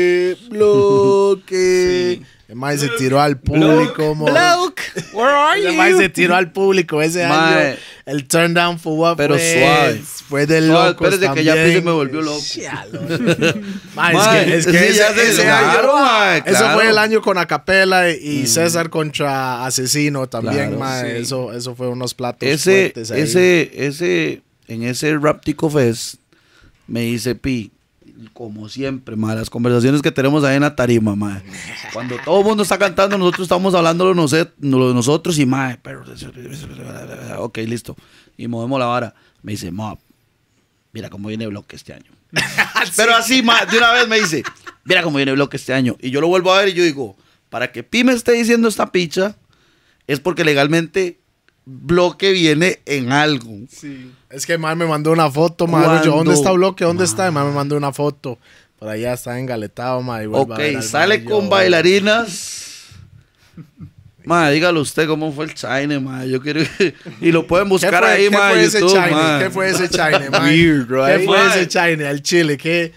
bloque.
Sí.
El mae se tiró al público, mo.
Where are
El mae se tiró al público ese
Mae.
año. El turn down for what
Pero suave.
Fue de
Suave,
locos
espérese que ya
también.
se me volvió loco.
Mae, es que
sí, ya sé,
ese
claro,
año,
mae,
eso
claro.
fue el año con Acapela y César contra Asesino también,
Claro,
mae.
sí.
Eso fue unos platos
Ese,
fuertes ahí.
en ese Ráptico Fest me dice Pi, como siempre, mae, las conversaciones que tenemos ahí en la tarima, mae. Cuando todo el mundo está cantando, nosotros estamos hablando de nosotros y mae, pero ok, listo. Y movemos la vara. Me dice, Mob, mira cómo viene Bloque este año. Pero así, mae, de una vez me dice, mira cómo viene Bloque este año. Y yo lo vuelvo a ver y yo digo, para que Pi me esté diciendo esta picha, es porque legalmente Bloque viene en algo.
Sí.
Es que mae me mandó una foto, mae.
¿Cuándo?
Yo, ¿dónde está Bloque? ¿Dónde está? Y mae me mandó una foto. Por allá está engaletado, mae. y vuelvo a ver
Ok,
al
sale
mae,
con
yo,
bailarinas. Mae, dígalo usted cómo fue el Chine, mae. Yo quiero y lo pueden buscar ahí, mae, en YouTube, mae.
¿Qué fue ese Chine, mae?
Weird, right?
¿Qué fue
Mae.
ese Chine al Chile?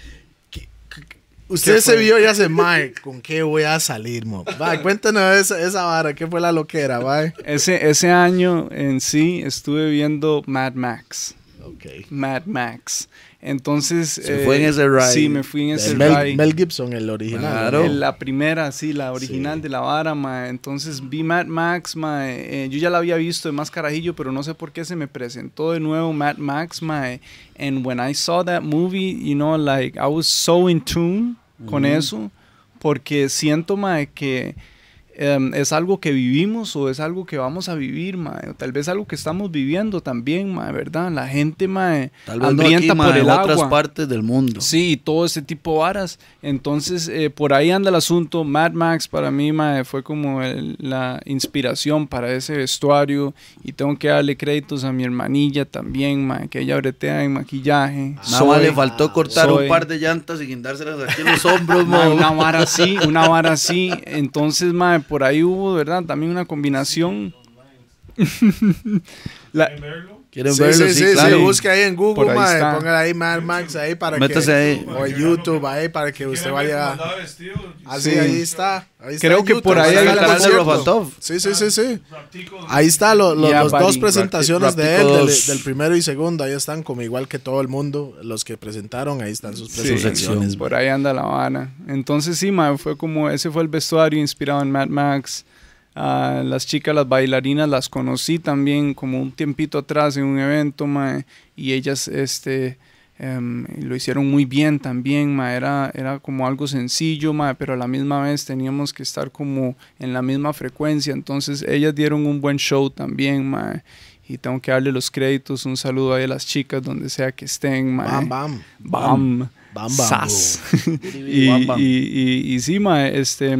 Usted se vio y hace, mae, ¿con qué voy a salir, mo? Mae, cuéntanos esa vara. ¿Qué fue la loquera, mae?
Ese año en sí estuve viendo Mad Max.
Ok.
Mad Max. Entonces...
Se fue en ese ride.
Sí, me fui en ese
Mel,
ride.
Mel Gibson, el original.
Claro.
La primera, sí, la original de la vara, mae. Entonces vi Mad Max, mae. Yo ya la había visto de más carajillo, pero no sé por qué se me presentó de nuevo Mad Max, mae. And when I saw that movie, you know, like, I was so in tune con eso, porque siento, mae, que es algo que vivimos o es algo que vamos a vivir, mae. O tal vez algo que estamos viviendo también, mae, ¿verdad? La gente, mae,
Tal vez
hambrienta
no aquí,
por el
en otras
agua.
partes del mundo.
Sí, y todo ese tipo de varas. Entonces, por ahí anda el asunto. Mad Max para mí, mae, fue como la inspiración para ese vestuario. Y tengo que darle créditos a mi hermanilla también, mae, que ella bretea en maquillaje.
Nada más le faltó cortar un par de llantas y guindárselas aquí en los hombros,
Mae,
mo.
una vara así. Entonces, mae, por ahí hubo, ¿verdad? También una combinación.
¿Quieren
Sí,
verlo?
sí,
claro.
busque ahí en
Por
Google,
ahí
mae,
está.
ponga ahí Mad Max ahí para
Métase
que...
ahí.
O en YouTube ahí para que usted vaya... Así,
Sí.
ahí está.
Creo
en
que
YouTube,
por ahí
está
hay
el
el canal de
concierto.
Rofantov.
Sí, sí, sí, sí. Ahí está los
Yeah,
dos
buddy.
presentaciones de
Ratico
él,
dos.
del primero y segundo. Ahí están como igual que todo el mundo. Los que presentaron, ahí están sus
Sí,
presentaciones.
por ahí anda la vara. Entonces sí, mae, fue como, ese fue el vestuario inspirado en Mad Max. Las chicas, las bailarinas, las conocí también como un tiempito atrás en un evento, mae, y ellas lo hicieron muy bien también, mae. Era como algo sencillo, mae, pero a la misma vez teníamos que estar como en la misma frecuencia. Entonces ellas dieron un buen show también, mae. Y tengo que darle los créditos, un saludo ahí a las chicas donde sea que estén, mae.
Bam, bam.
Bam.
Bam, bam,
Sas.
Bam, bam.
y sí, mae,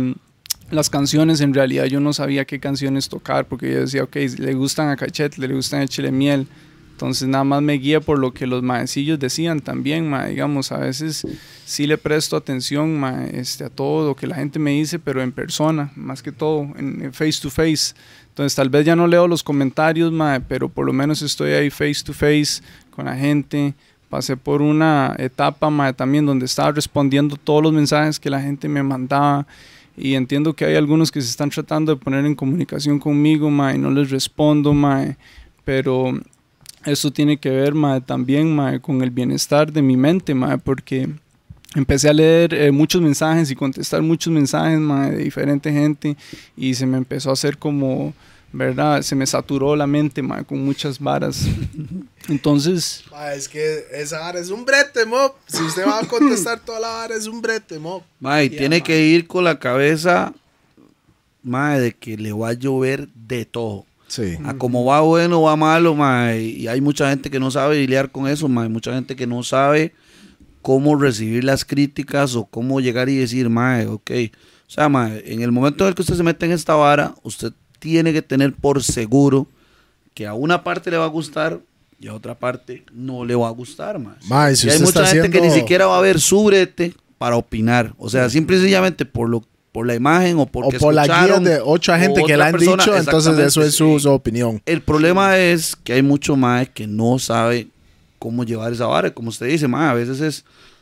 las canciones, en realidad yo no sabía qué canciones tocar, porque yo decía, ok, le gustan a Cachete, le gustan a Chile Miel. Entonces nada más me guía por lo que los maecillos decían también, mae. Digamos, a veces sí le presto atención, mae, a todo lo que la gente me dice, pero en persona, más que todo, en face to face. Entonces tal vez ya no leo los comentarios, mae, pero por lo menos estoy ahí face to face con la gente. Pasé por una etapa, mae, también donde estaba respondiendo todos los mensajes que la gente me mandaba. Y entiendo que hay algunos que se están tratando de poner en comunicación conmigo, mae, y no les respondo, mae. Pero eso tiene que ver, mae, también, mae, con el bienestar de mi mente, mae, porque empecé a leer muchos mensajes y contestar muchos mensajes, mae, de diferente gente, y se me empezó a hacer como, ¿verdad? Se me saturó la mente, mae, con muchas varas. Entonces...
Es que esa vara es un brete, mob. Si usted va a contestar toda la vara, es un brete, mob.
Mae, tiene que ir con la cabeza, mae, de que le va a llover de todo.
Sí.
A como va bueno, va malo, mae. Y hay mucha gente que no sabe lidiar con eso, mae. Mucha gente que no sabe cómo recibir las críticas o cómo llegar y decir, mae, ok. O sea, mae, en el momento en el que usted se mete en esta vara, usted tiene que tener por seguro que a una parte le va a gustar y a otra parte no le va a gustar, mae.
Mae, si
Y hay
usted
mucha
está
gente que ni
haciendo-
siquiera va a ver su brete para opinar. O sea, simple y sencillamente por la imagen o porque
O por la guía
escucharon
de 8
o
gente que
otra
le han
persona,
dicho, entonces eso es
exactamente,
su opinión.
El problema es que hay mucho mae que no sabe cómo llevar esa vara. Como usted dice, mae, a veces es...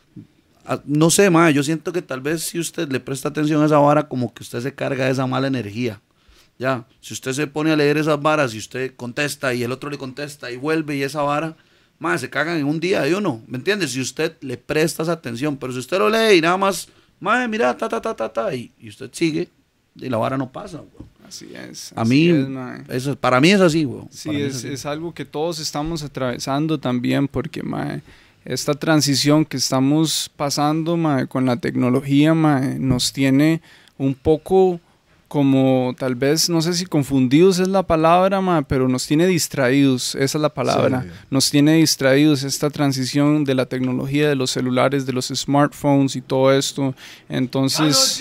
No sé, mae, yo siento que tal vez si usted le presta atención a esa vara, como que usted se carga de esa mala energía. Ya, si usted se pone a leer esas varas y usted contesta y el otro le contesta y vuelve y esa vara, mae, se cagan en un día de uno, ¿me entiende? Si usted le presta esa atención, pero si usted lo lee y nada más, mae, mira, y usted sigue, y la vara no pasa, güey.
Así es.
A mí,
mae.
eso, para mí es así, güey.
Sí,
Para mí
es,
así.
es algo que todos estamos atravesando también porque, mae, esta transición que estamos pasando, mae, con la tecnología, mae, nos tiene un poco como, tal vez, no sé si confundidos es la palabra, mae, pero nos tiene distraídos, esa es la palabra.
Sí.
Nos tiene distraídos esta transición de la tecnología, de los celulares, de los smartphones y todo esto. Entonces...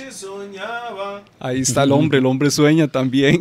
Ahí está el hombre sueña también.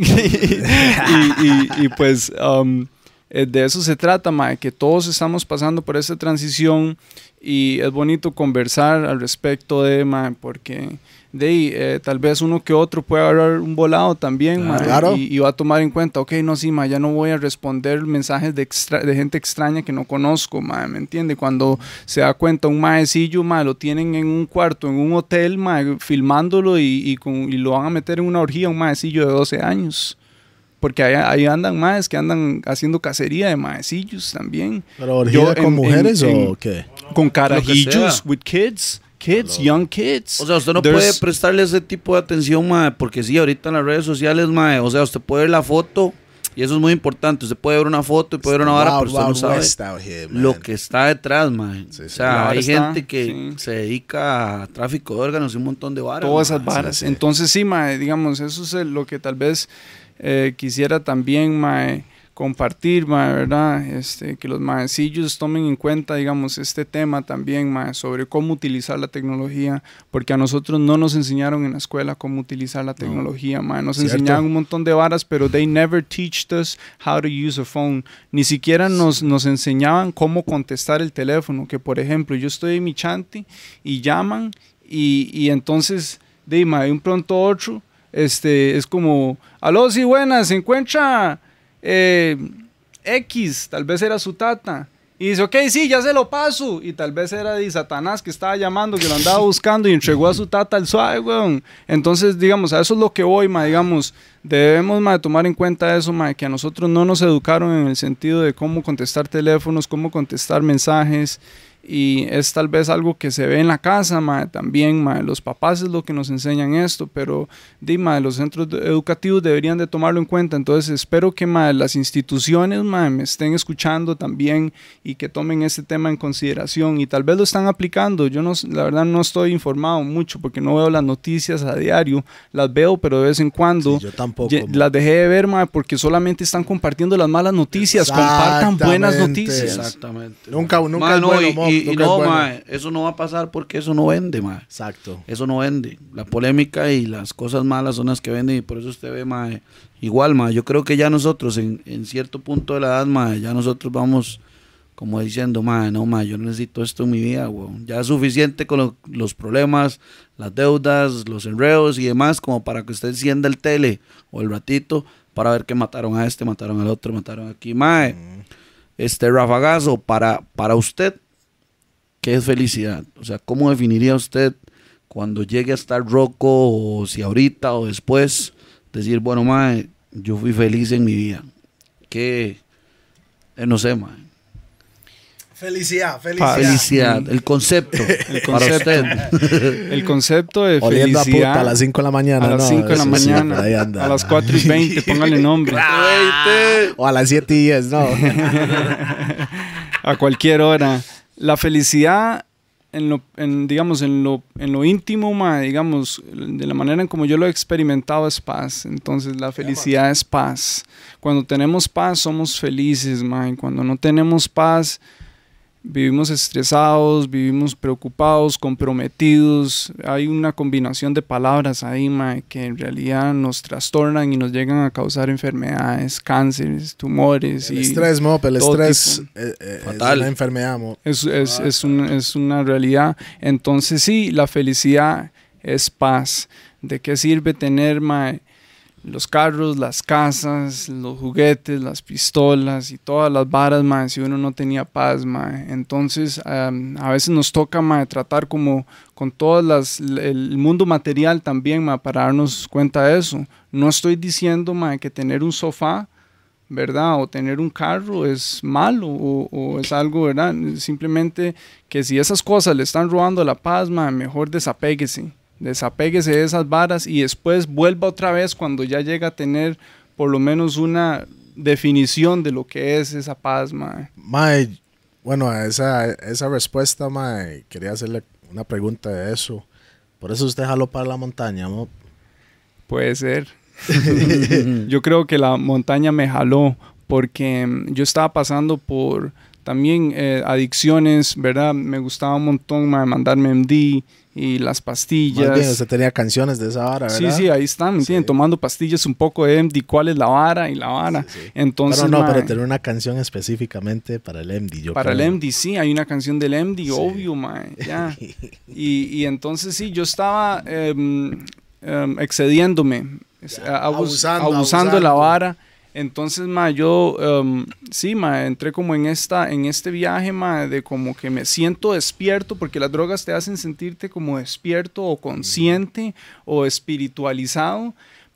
y pues de eso se trata, mae, que todos estamos pasando por esta transición y es bonito conversar al respecto de, mae, porque tal vez uno que otro puede agarrar un volado también, mae,
Claro.
y va a tomar en cuenta, ok, no, sí, mae, ya no voy a responder mensajes de gente extraña que no conozco, mae, ¿me entiende? Cuando se da cuenta un maecillo, mae, lo tienen en un cuarto, en un hotel, mae, filmándolo y lo van a meter en una orgía, un maecillo de 12 años. porque ahí andan maes que andan haciendo cacería de maecillos también.
¿Pero orgía con mujeres o qué?
Con carajillos,
sea.
with kids, young kids.
O sea, usted no puede prestarle ese tipo de atención, mae, porque sí, ahorita en las redes sociales, mae, o sea, usted puede ver la foto, y eso es muy importante, usted puede ver una foto y puede ver una vara, pero usted no sabe lo que está detrás, mae.
Sí, sí.
O sea, hay gente que
sí.
se dedica a tráfico de órganos y un montón de varas.
Todas esas
mae.
varas.
Sí.
Entonces sí, mae, digamos, eso es lo que tal vez quisiera también, mae, compartir, mae, ¿verdad? Que los maecillos tomen en cuenta, digamos, este tema también, mae, sobre cómo utilizar la tecnología, porque a nosotros no nos enseñaron en la escuela cómo utilizar la tecnología, mae. Nos enseñaban un montón de varas, pero they never teached us how to use a phone. Ni siquiera nos enseñaban cómo contestar el teléfono, que por ejemplo, yo estoy en mi chanti y llaman y entonces, de un pronto a otro, es como, aló, sí, buenas, se encuentra X, tal vez era su tata, y dice, ok, sí, ya se lo paso, y tal vez era de Satanás que estaba llamando, que lo andaba buscando y entregó a su tata al suave, weón. Entonces, digamos, a eso es lo que voy, ma, digamos, debemos, ma, tomar en cuenta eso, ma, que a nosotros no nos educaron en el sentido de cómo contestar teléfonos, cómo contestar mensajes, y es tal vez algo que se ve en la casa, mae, también, mae, los papás es lo que nos enseñan esto, pero mae, los centros educativos deberían de tomarlo en cuenta. Entonces espero que mae, las instituciones mae, me estén escuchando también y que tomen este tema en consideración, y tal vez lo están aplicando. Yo no, la verdad no estoy informado mucho porque no veo las noticias a diario, las veo pero de vez en cuando.
Sí, yo tampoco.
Las dejé de ver, mae, porque solamente están compartiendo las malas noticias. Compartan buenas noticias.
Exactamente.
Nunca
Ma,
es
no,
bueno,
y
nunca
no,
es bueno.
mae, eso no va a pasar porque eso no vende, mae.
Exacto.
Eso no vende. La polémica y las cosas malas son las que venden, y por eso usted ve, mae, igual, mae, yo creo que ya nosotros en cierto punto de la edad, mae, ya nosotros vamos como diciendo, mae, no, mae, yo no necesito esto en mi vida, weón. Ya es suficiente con los problemas, las deudas, los enredos y demás, como para que usted encienda el tele o el ratito para ver que mataron a este, mataron al otro, mataron aquí, mae. Rafagazo, para usted, ¿qué es felicidad? O sea, ¿cómo definiría usted cuando llegue a estar roco, o si ahorita o después, decir, bueno, mae, yo fui feliz en mi vida? ¿Qué? No sé, mae.
Felicidad.
Felicidad, el concepto. Para usted.
El concepto de
Oliendo
felicidad.
a puta a las 5 de la mañana.
A las 5 de la
Eso sí,
mañana.
por ahí anda.
A las 4:20, póngale nombre.
O a las 7:10, no.
A cualquier hora. La felicidad, digamos, en lo íntimo, ma, digamos, de la manera en como yo lo he experimentado, es paz. Entonces, la felicidad es paz. Cuando tenemos paz, somos felices, ma. Y cuando no tenemos paz, vivimos estresados, vivimos preocupados, comprometidos. Hay una combinación de palabras ahí, ma, que en realidad nos trastornan y nos llegan a causar enfermedades, cánceres, tumores.
El estrés, Mop, el estrés
fatal.
Es una enfermedad, Mop.
Es una realidad. Entonces sí, la felicidad es paz. ¿De qué sirve tener, ma, los carros, las casas, los juguetes, las pistolas y todas las varas, ma, si uno no tenía paz, ma? Entonces a veces nos toca, ma, tratar como con todas el mundo material también, ma, para darnos cuenta de eso. No estoy diciendo, ma, que tener un sofá, ¿verdad? O tener un carro es malo o es algo, ¿verdad? Simplemente que si esas cosas le están robando la paz, ma, mejor desapéguese de esas varas y después vuelva otra vez cuando ya llega a tener por lo menos una definición de lo que es esa paz, mae.
Mae, bueno, a esa respuesta, mae, quería hacerle una pregunta de eso. Por eso usted jaló para la montaña, ¿no?
Puede ser. Yo creo que la montaña me jaló porque yo estaba pasando por también adicciones, ¿verdad? Me gustaba un montón, mae, mandarme MD y las pastillas.
Más bien, usted tenía canciones de esa vara, ¿verdad?
Sí, ahí están, ¿me entienden? Tomando pastillas, un poco de MD, cuál es la vara y la vara.
Sí.
Entonces,
pero tener una canción específicamente para el MD.
Para el MD, sí, hay una canción del MD, obvio, mae, ya. Y entonces, sí, yo estaba excediéndome, abusando de la vara. Entonces, ma, yo, sí, ma, entré como en este viaje, ma, de como que me siento despierto, porque las drogas te hacen sentirte como despierto o consciente o espiritualizado,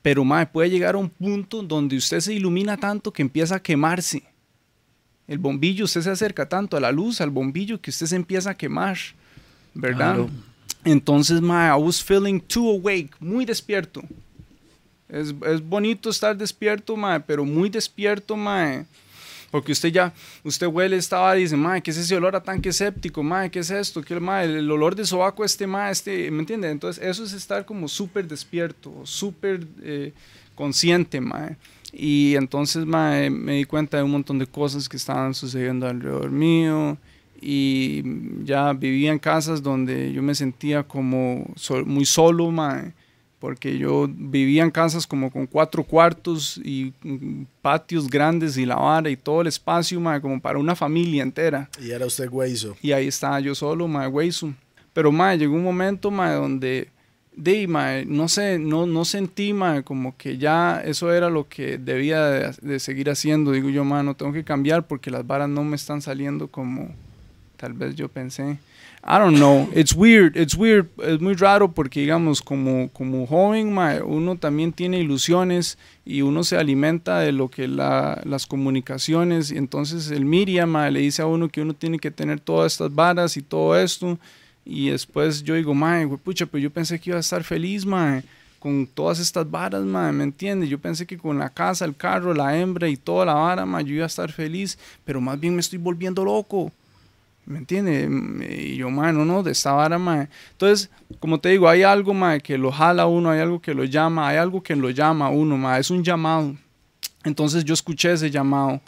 pero mae, puede llegar a un punto donde usted se ilumina tanto que empieza a quemarse. El bombillo, usted se acerca tanto a la luz, al bombillo, que usted se empieza a quemar, ¿verdad? Claro. Entonces, mae, I was feeling too awake, muy despierto. Es bonito estar despierto, mae, pero muy despierto, mae. Porque usted huele esta vara y dice, mae, ¿qué es ese olor a tanque séptico? Mae, ¿qué es esto? Mae, el olor de sobaco ¿me entiende? Entonces, eso es estar como súper despierto, súper consciente, mae. Y entonces, mae, me di cuenta de un montón de cosas que estaban sucediendo alrededor mío. Y ya vivía en casas donde yo me sentía como muy solo, mae. Porque yo vivía en casas como con 4 cuartos y patios grandes y la vara y todo el espacio, mae, como para una familia entera.
Y era usted güeyzo.
Y ahí estaba yo solo, mae, güeyzo. Pero, mae, llegó un momento, mae, donde, mae, no sé, no sentí, mae, como que ya eso era lo que debía de seguir haciendo. Digo yo, mae, no tengo que cambiar porque las varas no me están saliendo como tal vez yo pensé. I don't know, it's weird, es muy raro porque digamos como joven, mae, uno también tiene ilusiones y uno se alimenta de lo que las comunicaciones, y entonces el Miriam, mae, le dice a uno que uno tiene que tener todas estas varas y todo esto, y después yo digo, mae, pucha, pero yo pensé que iba a estar feliz, mae, con todas estas varas, mae, ¿me entiendes? Yo pensé que con la casa, el carro, la hembra y toda la vara, mae, yo iba a estar feliz, pero más bien me estoy volviendo loco. ¿Me entiendes? Y yo, mae, no, de esta vara, mae. Entonces, como te digo, hay algo, mae, que lo jala a uno, hay algo que lo llama, hay algo que lo llama a uno, mae. Es un llamado. Entonces yo escuché ese llamado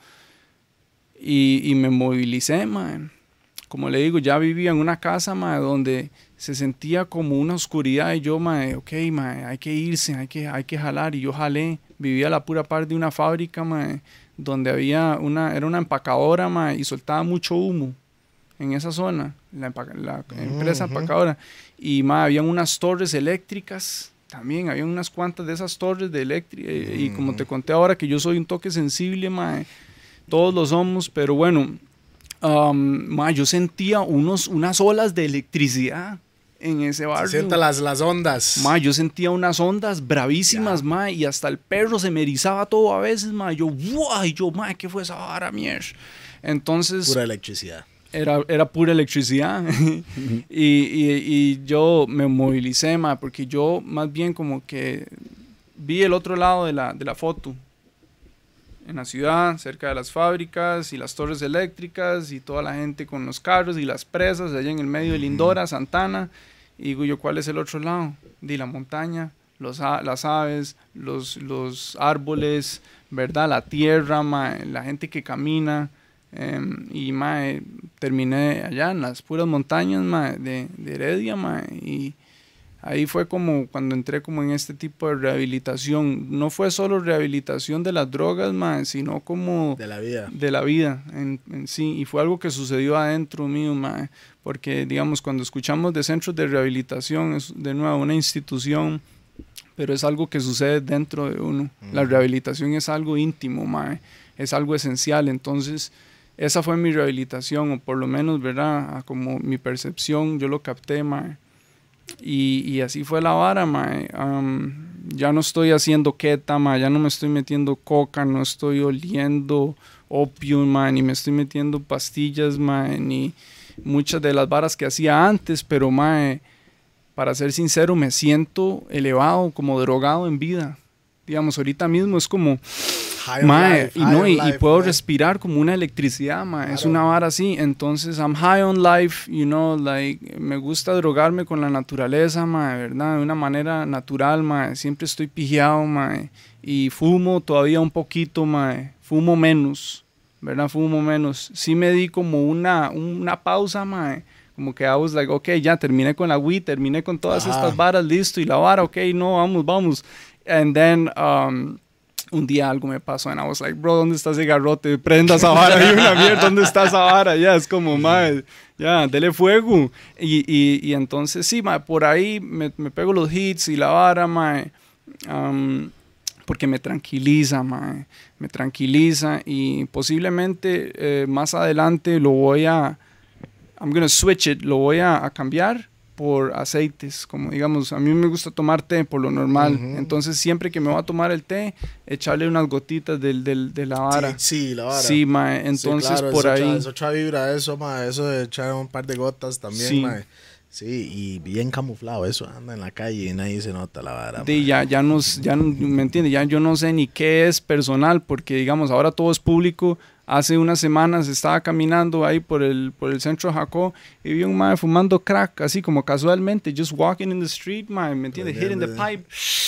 y me movilicé, mae. Como le digo, ya vivía en una casa, mae, donde se sentía como una oscuridad y yo, mae, ok, mae, hay que irse, hay que jalar. Y yo jalé. Vivía a la pura par de una fábrica, mae, donde era una empacadora, mae, y soltaba mucho humo. En esa zona, la empresa empacadora, y habían unas torres eléctricas, también habían unas cuantas de esas torres de eléctrica, y como te conté ahora que yo soy un toque sensible, todos lo somos, pero bueno, yo sentía unas olas de electricidad en ese barrio.
Se sientan las ondas.
Yo sentía unas ondas bravísimas, y hasta el perro se me erizaba todo a veces, yo, ¿qué fue esa vara, mierda? Entonces...
Pura electricidad.
Era pura electricidad. y yo me movilicé, porque yo más bien como que vi el otro lado de la foto. En la ciudad, cerca de las fábricas y las torres eléctricas y toda la gente con los carros y las presas allá en el medio de Lindora, Santana. Y digo yo, ¿cuál es el otro lado? De la montaña, las aves, los árboles, ¿verdad? La tierra, la gente que camina. Y terminé allá en las puras montañas de Heredia, y ahí fue como cuando entré como en este tipo de rehabilitación. No fue solo rehabilitación de las drogas, sino como de la vida en sí, y fue algo que sucedió adentro mío, porque digamos cuando escuchamos de centros de rehabilitación es de nuevo una institución, pero es algo que sucede dentro de uno. La rehabilitación es algo íntimo, es algo esencial. Entonces esa fue mi rehabilitación, o por lo menos, ¿verdad? Como mi percepción, yo lo capté, y así fue la vara, ya no estoy haciendo keta, ya no me estoy metiendo coca, no estoy oliendo opio, ni me estoy metiendo pastillas, ni muchas de las varas que hacía antes, pero, para ser sincero, me siento elevado, como drogado en vida. Digamos, ahorita mismo es como... y puedo respirar como una electricidad, claro. Es una vara así. Entonces, I'm high on life, me gusta drogarme con la naturaleza, ¿verdad? De una manera natural, siempre estoy pijeado, y fumo todavía un poquito, fumo menos, ¿verdad? Fumo menos. Sí me di como una pausa, como que I was like, ok, ya terminé con la weed, terminé con todas estas varas, listo, y la vara, ok, no, vamos. And then, un día algo me pasó, and I was like, bro, ¿dónde está ese garrote? Prenda esa vara, y una mierda, ¿dónde está esa vara? Ya, es como, ya, dele fuego. Y entonces, sí, por ahí me pego los hits y la vara, porque me tranquiliza, me tranquiliza, y posiblemente más adelante I'm gonna switch it, lo voy a cambiar por aceites, como digamos, a mí me gusta tomar té por lo normal, entonces siempre que me voy a tomar el té, echarle unas gotitas de la vara.
Sí, la vara.
Sí, mae, entonces
sí, claro,
por ahí.
Es otra vibra eso, mae, eso de echar un par de gotas también,
Sí.
mae. Sí, y bien camuflado, eso anda en la calle y nadie se nota la vara.
De ya me entiende, ya yo no sé ni qué es personal, porque digamos, ahora todo es público. Hace unas semanas estaba caminando ahí por el centro de Jacó y vi un mae fumando crack, así como casualmente, just walking in the street, mae, ¿me entiende? Hitting the pipe.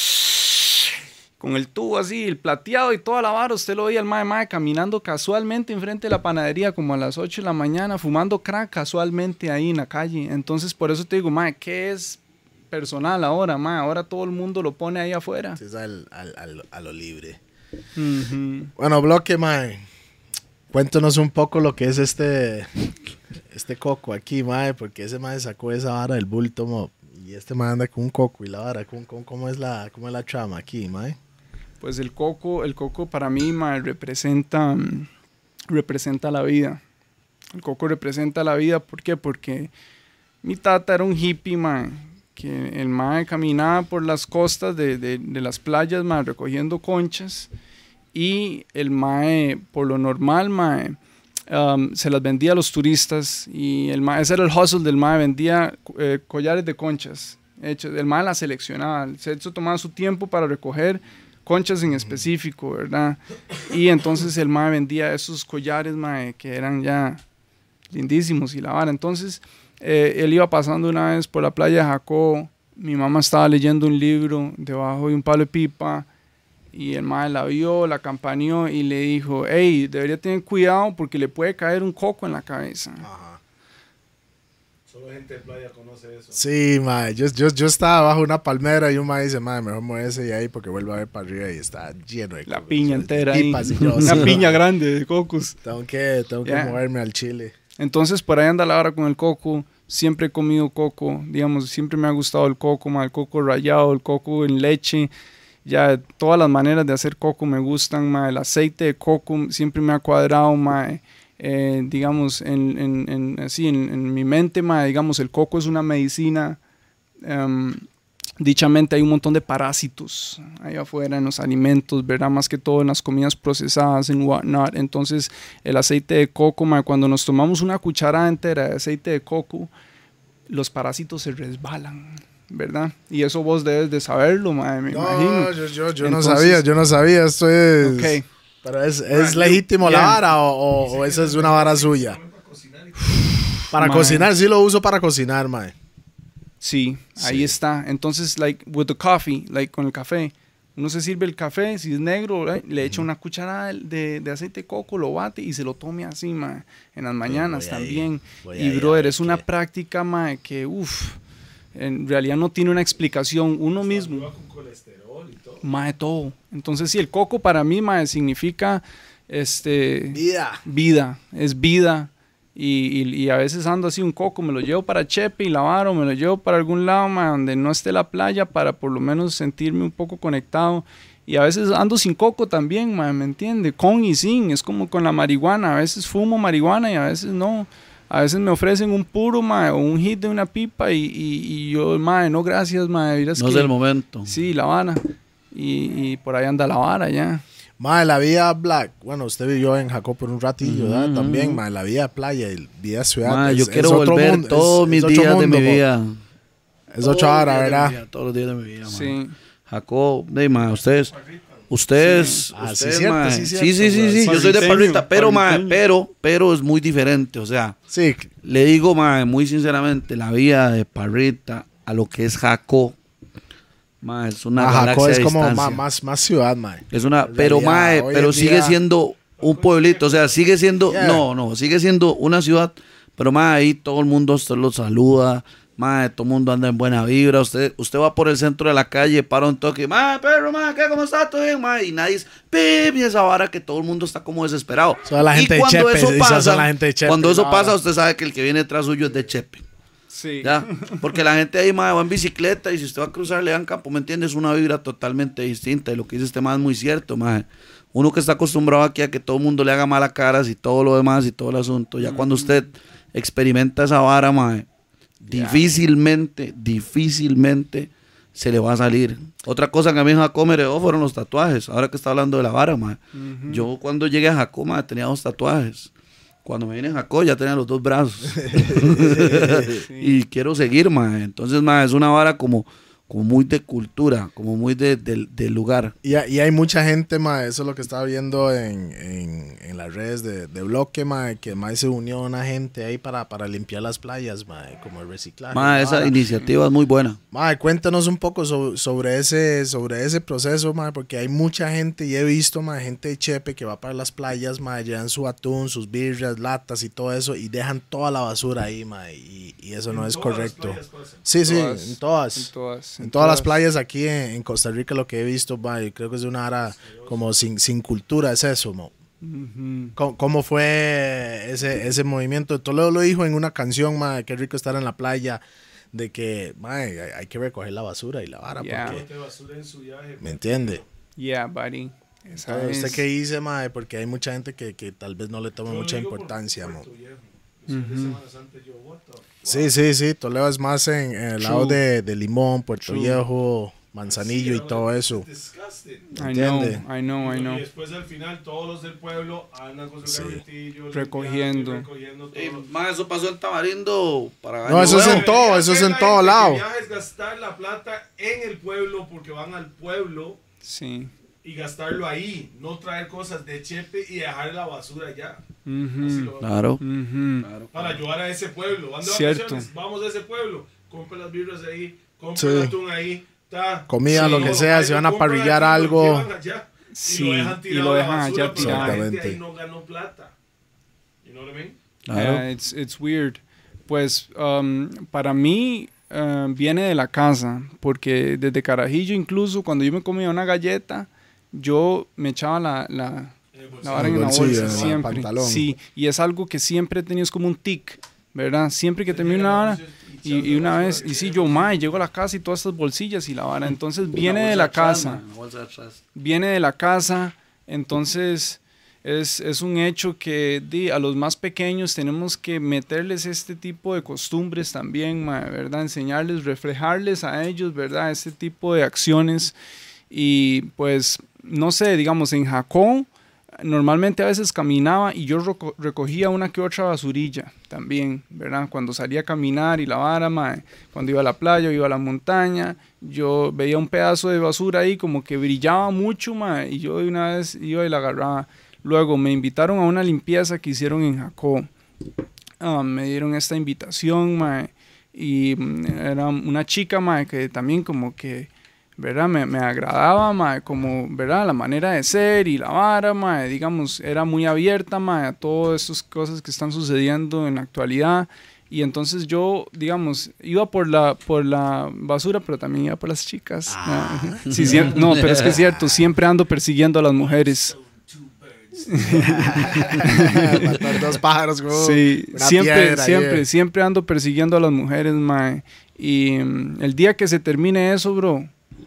Con el tubo así, el plateado y toda la vara, usted lo veía al mae caminando casualmente enfrente de la panadería como a las 8 de la mañana, fumando crack casualmente ahí en la calle. Entonces, por eso te digo, mae, ¿qué es personal ahora, mae? Ahora todo el mundo lo pone ahí afuera.
Es a lo libre.
Bueno,
Bloque, mae, cuéntanos un poco lo que es este coco aquí, mae, porque ese mae sacó esa vara del bulto, mo, y este mae anda con un coco y la vara, ¿cómo es la trama aquí, mae?
Pues el coco para mí, mae, representa la vida. El coco representa la vida, ¿por qué? Porque mi tata era un hippie, mae, que el mae caminaba por las costas de las playas, mae, recogiendo conchas, y el mae, por lo normal, mae, se las vendía a los turistas, y el mae, ese era el hustle del mae, vendía collares de conchas. El mae las seleccionaba, se tomaba su tiempo para recoger conchas en específico, ¿verdad? Y entonces el mae vendía esos collares, mae, que eran ya lindísimos y la vara. Entonces él iba pasando una vez por la playa de Jacó, mi mamá estaba leyendo un libro debajo de un palo de pipa y el mae la vio, la campaneó y le dijo, hey, debería tener cuidado porque le puede caer un coco en la cabeza.
Ajá.
Solo gente de playa conoce eso.
Sí, mae, yo estaba bajo una palmera y un mae dice, mae, mejor muévese de ahí porque vuelvo a ver para arriba y está lleno de
La
cocos.
piña entera ahí,
Pipas y yo,
una
sí,
piña
mae.
grande de cocos.
Tengo que
Yeah.
moverme al chile.
Entonces por ahí anda la hora con el coco. Siempre he comido coco, digamos, siempre me ha gustado el coco, ma, el coco rallado, el coco en leche. Ya todas las maneras de hacer coco me gustan, ma. El aceite de coco siempre me ha cuadrado, ma. Digamos, en mi mente, ma, digamos, el coco es una medicina. Dichamente hay un montón de parásitos ahí afuera en los alimentos, ¿verdad? Más que todo en las comidas procesadas, en whatnot. Entonces, el aceite de coco, ma, cuando nos tomamos una cucharada entera de aceite de coco, los parásitos se resbalan, ¿verdad? Y eso vos debes de saberlo, ma, me imagino.
Yo
Entonces,
no sabía, esto es...
Ok.
Pero es legítimo la vara o esa es una vara suya. Para
Mae.
cocinar, sí lo uso para cocinar, mae.
Sí, ahí está. Entonces, like, with the coffee, like, con el café, uno se sirve el café, si es negro, right, le echa una cucharada de aceite de coco, lo bate y se lo tome así, ma, en las mañanas también. Y, brother, es una práctica, ma, que, en realidad no tiene una explicación. Uno mismo.
Con colesterol y todo.
Ma, de todo. Entonces, sí, el coco para mí, ma, significa, vida, es vida. Y a veces ando así un coco, me lo llevo para Chepe y Lavaro, me lo llevo para algún lado, ma, donde no esté la playa para por lo menos sentirme un poco conectado. Y a veces ando sin coco también, ma, ¿me entiende? Con y sin, es como con la marihuana. A veces fumo marihuana y a veces no. A veces me ofrecen un puro, ma, o un hit de una pipa y yo, ma, no gracias, ma.
No es el momento.
Sí, La Habana. Y por ahí anda La Vara ya.
Mae, la vida black. Bueno, usted vivió en Jacó por un ratillo, ¿verdad? También, mae, la vida playa y vida ciudad.
Ma, yo
es
quiero
otro
volver
mundo,
todos mis
otro
días
mundo,
de mi
mo.
vida.
Es otra hora, ¿verdad?
Todos los días de mi vida, ma.
Sí.
Jacob, ma, ustedes,
Ah, sí, cierto,
ma,
sí,
sí,
cierto,
yo soy de
Parriteño,
Parrita, pero, ma,
parriteño.
pero es muy diferente, o sea,
Sí,
le digo, ma, muy sinceramente, la vida de Parrita a lo que es Jacob, ma, es una
Jacó
galaxia
es
de
como
distancia.
más ciudad, mae.
Es una,
En
pero,
realidad,
ma,
hoy
pero
en
sigue
día-
siendo un pueblito, o sea, sigue siendo,
Yeah.
no, sigue siendo una ciudad, pero, ma, ahí todo el mundo usted lo saluda. Ma, todo el mundo anda en buena vibra. Usted va por el centro de la calle, para un toque. Ma, perro, ma, ¿qué? ¿Cómo está? ¿Todo bien, ma? Y nadie es pip, y esa vara que todo el mundo está como desesperado.
Son la gente
y
de
cuando
Chepe,
eso
esas
pasa,
son la gente de Chepe,
cuando eso
la
pasa,
vara.
usted sabe que el que viene detrás suyo es de Chepe.
Sí.
¿Ya? Porque la gente ahí, ma, va en bicicleta y si usted va a cruzar, le dan campo, ¿me entiendes? Es una vibra totalmente distinta. Y lo que dice este ma es muy cierto, ma. Uno que está acostumbrado aquí a que todo el mundo le haga mala caras y todo lo demás y todo el asunto. Ya cuando usted experimenta esa vara, ma, difícilmente se le va a salir. Otra cosa que a mí Jacob me heredó fueron los tatuajes. Ahora que está hablando de la vara, mae. Yo cuando llegué a Jacob, mae, tenía 2 tatuajes. Cuando me vine a Jacob ya tenía los 2 brazos. Y quiero seguir, mae. Entonces, mae, es una vara como muy de cultura, como muy de lugar.
Y hay mucha gente, ma, eso es lo que estaba viendo en las redes de Bloque, ma, que ma, se unió una gente ahí para limpiar las playas, ma, como el reciclaje.
Ma, esa iniciativa es muy buena.
Ma, cuéntanos un poco sobre ese proceso, ma, porque hay mucha gente, y he visto, ma, gente de Chepe que va para las playas, ma, llevan su atún, sus birras, latas y todo eso, y dejan toda la basura ahí, ma, y eso no es correcto. Sí, en todas. En todas las playas aquí en Costa Rica, lo que he visto, ma, y creo que es de una área como sin cultura, es eso, mo. ¿Cómo fue ese movimiento? Toledo lo dijo en una canción, ma, qué rico estar en la playa, de que ma, hay que recoger la basura y la vara, porque ¿me entiende?
Yeah, buddy.
¿Usted qué dice, ma? Porque hay mucha gente que tal vez no le toma mucha importancia, mo. Sí, Toledo es más en el lado de Limón, Puerto Viejo, Manzanillo y todo eso.
I know.
Y después al final todos los del pueblo andan con su carretillo
recogiendo
todo.
Más eso pasó en Tamarindo para
no, eso es en todo, lado.
El viaje es gastar la plata en el pueblo porque van al pueblo.
Sí.
Y gastarlo ahí, no traer cosas de Chepe y dejar la basura allá.
Claro.
Para ayudar a ese pueblo. Van de vacaciones, vamos a ese pueblo, compre las birras ahí, compre el atún ahí,
comida, lo que sea, si van a parrillar algo.
Sí, y lo dejan allá tirado. Ahí no ganó plata. You know what I mean?
Yeah, it's weird. Pues para mí viene de la casa, porque desde carajillo incluso cuando yo me comía una galleta, yo me echaba la vara en la bolsa siempre. Sí, y es algo que siempre he tenido, es como un tic, ¿verdad? Siempre que termino una vara, y una vez, y sí, yo, llego a la casa y todas estas bolsillas y la vara, entonces viene de la casa. Viene de la casa, entonces es un hecho que a los más pequeños tenemos que meterles este tipo de costumbres también, ¿verdad? Enseñarles, reflejarles a ellos, ¿verdad? Este tipo de acciones. Y pues, no sé, digamos, en Jacó, normalmente a veces caminaba y yo recogía una que otra basurilla también, ¿verdad? Cuando salía a caminar y la vara, cuando iba a la playa o iba a la montaña, yo veía un pedazo de basura ahí como que brillaba mucho, y yo de una vez iba y la agarraba. Luego me invitaron a una limpieza que hicieron en Jacó. Me dieron esta invitación, y era una chica, que también como que, ¿verdad? Me agradaba, como, ¿verdad? La manera de ser y la vara, digamos, era muy abierta, a todas estas cosas que están sucediendo en la actualidad. Y entonces yo, digamos, iba por la basura, pero también iba por las chicas. Sí, no, pero es que es cierto, siempre ando persiguiendo a las mujeres.
Matar 2 pájaros,
sí, siempre ando persiguiendo a las mujeres, y el día que se termine eso, bro,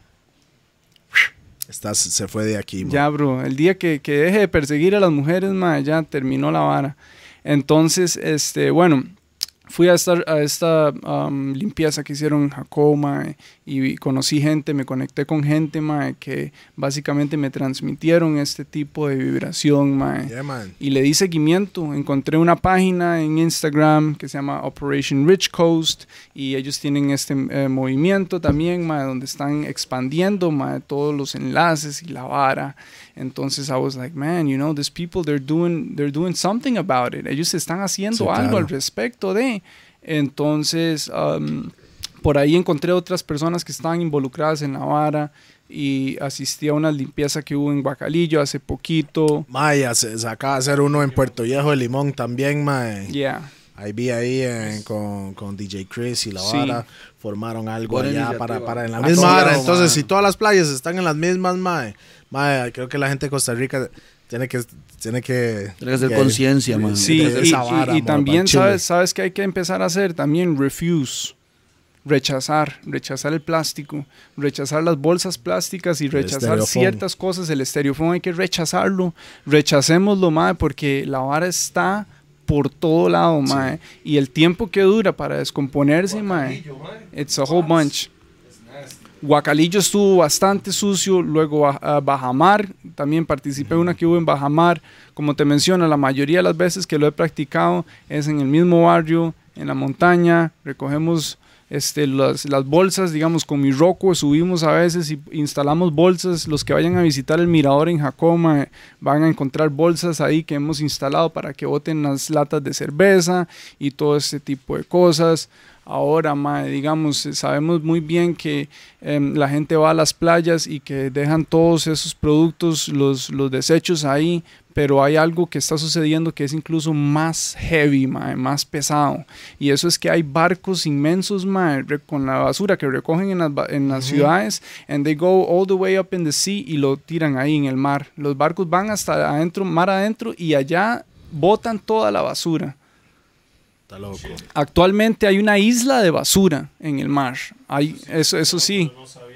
se fue de aquí,
ya, bro, el día que deje de perseguir a las mujeres, ya terminó la vara. Entonces, bueno, fui a esta limpieza que hicieron en Jacó, y conocí gente, me conecté con gente, que básicamente me transmitieron este tipo de vibración, y le di seguimiento. Encontré una página en Instagram que se llama Operation Rich Coast, y ellos tienen este movimiento también, donde están expandiendo, todos los enlaces y la vara. Entonces I was like, man, you know, these people, they're doing something about it. Ellos están haciendo algo al respecto de. Entonces, por ahí encontré otras personas que estaban involucradas en la vara, y asistí a una limpieza que hubo en Bacalillo hace poquito.
Se acaba de hacer uno en Puerto Viejo de Limón también,
Yeah.
Ahí vi con DJ Chris y la vara, formaron algo allá para en la misma vara. Entonces, si todas las playas están en las mismas, creo que la gente de Costa Rica tiene que
hacer conciencia, man.
Sí, y también sabes que hay que empezar a hacer también rechazar el plástico, rechazar las bolsas plásticas y rechazar ciertas cosas. El estereofón hay que rechazarlo, rechacémoslo, porque la vara está por todo lado, mae. Y el tiempo que dura para descomponerse, mae, it's a whole bunch. Guacalillo estuvo bastante sucio, luego Bajamar, también participé en una que hubo en Bajamar. Como te menciono, la mayoría de las veces que lo he practicado es en el mismo barrio, en la montaña, recogemos las bolsas, digamos, con mi roco, subimos a veces y instalamos bolsas. Los que vayan a visitar el mirador en Jacoma van a encontrar bolsas ahí que hemos instalado para que boten las latas de cerveza y todo este tipo de cosas. Ahora, digamos, sabemos muy bien que la gente va a las playas y que dejan todos esos productos, los desechos ahí, pero hay algo que está sucediendo que es incluso más heavy, más pesado. Y eso es que hay barcos inmensos, con la basura que recogen en las ciudades, and they go all the way up in the sea y lo tiran ahí en el mar. Los barcos van hasta adentro, mar adentro, y allá botan toda la basura.
Está loco.
Actualmente hay una isla de basura en el mar. Eso sí.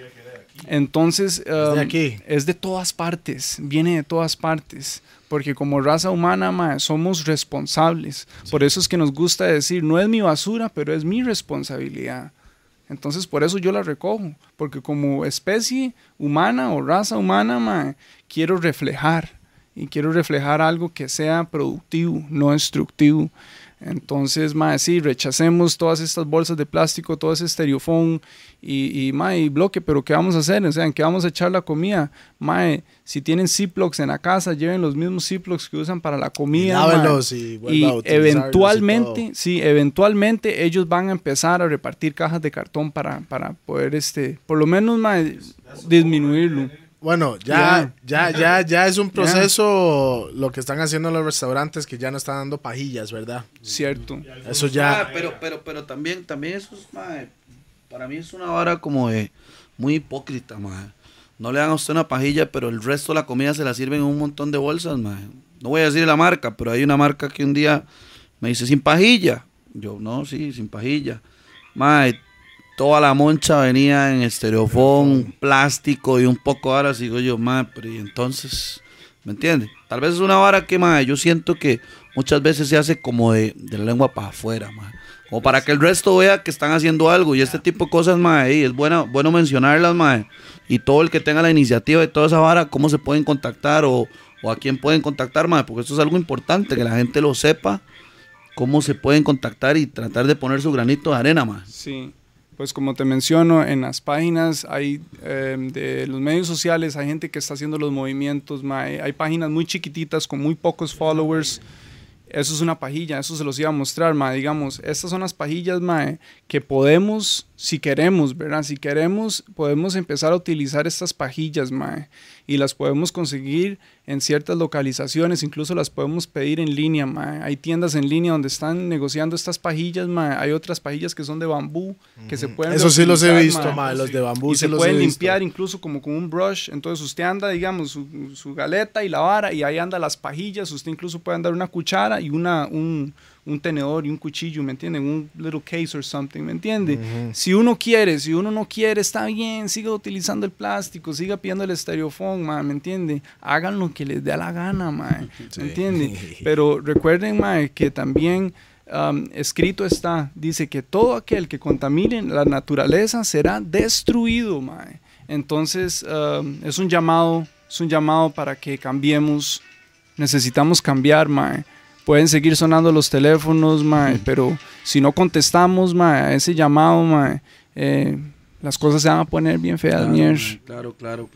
Entonces, es de todas partes, viene de todas partes, porque como raza humana, somos responsables. Sí. Por eso es que nos gusta decir, no es mi basura, pero es mi responsabilidad. Entonces, por eso yo la recojo, porque como especie humana o raza humana, quiero reflejar algo que sea productivo, no destructivo. Entonces, sí, rechacemos todas estas bolsas de plástico, todo ese estereofón y bloque, pero ¿qué vamos a hacer? O sea, ¿en qué vamos a echar la comida? Si tienen Ziplocs en la casa, lleven los mismos Ziplocs que usan para la comida. Y
lávenlos y
eventualmente, eventualmente ellos van a empezar a repartir cajas de cartón para poder, por lo menos, disminuirlo.
Bueno, ya es un proceso lo que están haciendo los restaurantes, que ya no están dando pajillas, ¿verdad?
Cierto.
Eso ya.
Pero también eso es, para mí es una vara como de muy hipócrita, No le dan a usted una pajilla, pero el resto de la comida se la sirven en un montón de bolsas, No voy a decir la marca, pero hay una marca que un día me dice sin pajilla. Yo, no, sí, sin pajilla. Toda la moncha venía en estereofón, plástico y un poco ahora sigo yo, pero y entonces, ¿me entiendes? Tal vez es una vara que, yo siento que muchas veces se hace como de la lengua para afuera, como para que el resto vea que están haciendo algo, y este tipo de cosas, es bueno mencionarlas, y todo el que tenga la iniciativa de toda esa vara, cómo se pueden contactar o a quién pueden contactar, porque esto es algo importante, que la gente lo sepa, cómo se pueden contactar y tratar de poner su granito de arena,
Sí. Pues como te menciono, en las páginas hay de los medios sociales, hay gente que está haciendo los movimientos, hay páginas muy chiquititas con muy pocos followers. Eso es una pajilla, eso se los iba a mostrar, digamos, estas son las pajillas, que podemos, si queremos, ¿verdad? Si queremos, podemos empezar a utilizar estas pajillas, y las podemos conseguir en ciertas localizaciones, incluso las podemos pedir en línea, Hay tiendas en línea donde están negociando estas pajillas, hay otras pajillas que son de bambú, que se pueden
eso sí los he visto, los de bambú.
Y se pueden limpiar incluso como con un brush, entonces usted anda, digamos, su galeta y la vara, y ahí anda las pajillas, usted incluso puede andar una cuchara y un tenedor y un cuchillo, ¿me entienden? Un little case or something, ¿me entiende? Si uno quiere, si uno no quiere, está bien, siga utilizando el plástico, siga pidiendo el estereofón, ¿me entiende? Hagan lo que les dé la gana, ¿me entiende? Pero recuerden, que también escrito está, dice que todo aquel que contamine la naturaleza será destruido, Entonces, es un llamado para que cambiemos. Necesitamos cambiar, Pueden seguir sonando los teléfonos, pero si no contestamos, a ese llamado, las cosas se van a poner bien feas,
Claro.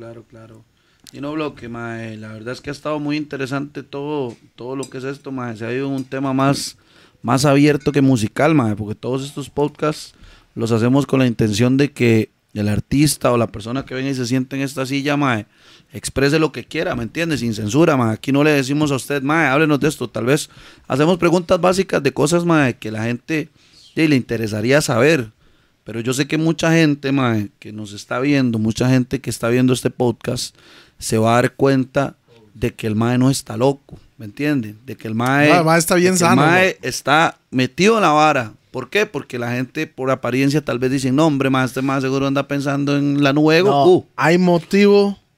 Y no bloque, la verdad es que ha estado muy interesante todo lo que es esto, se ha ido un tema más abierto que musical, porque todos estos podcasts los hacemos con la intención de que el artista o la persona que venga y se siente en esta silla, exprese lo que quiera, ¿me entiendes? Sin censura, Aquí no le decimos a usted, háblenos de esto. Tal vez hacemos preguntas básicas de cosas, que la gente le interesaría saber. Pero yo sé que mucha gente, que nos está viendo, mucha gente que está viendo este podcast, se va a dar cuenta de que el no está loco, ¿me entienden? De que el
está bien sano.
El está metido en la vara. ¿Por qué? Porque la gente por apariencia tal vez dice, no, hombre, este seguro anda pensando en la nube de Goku.
Hay motivo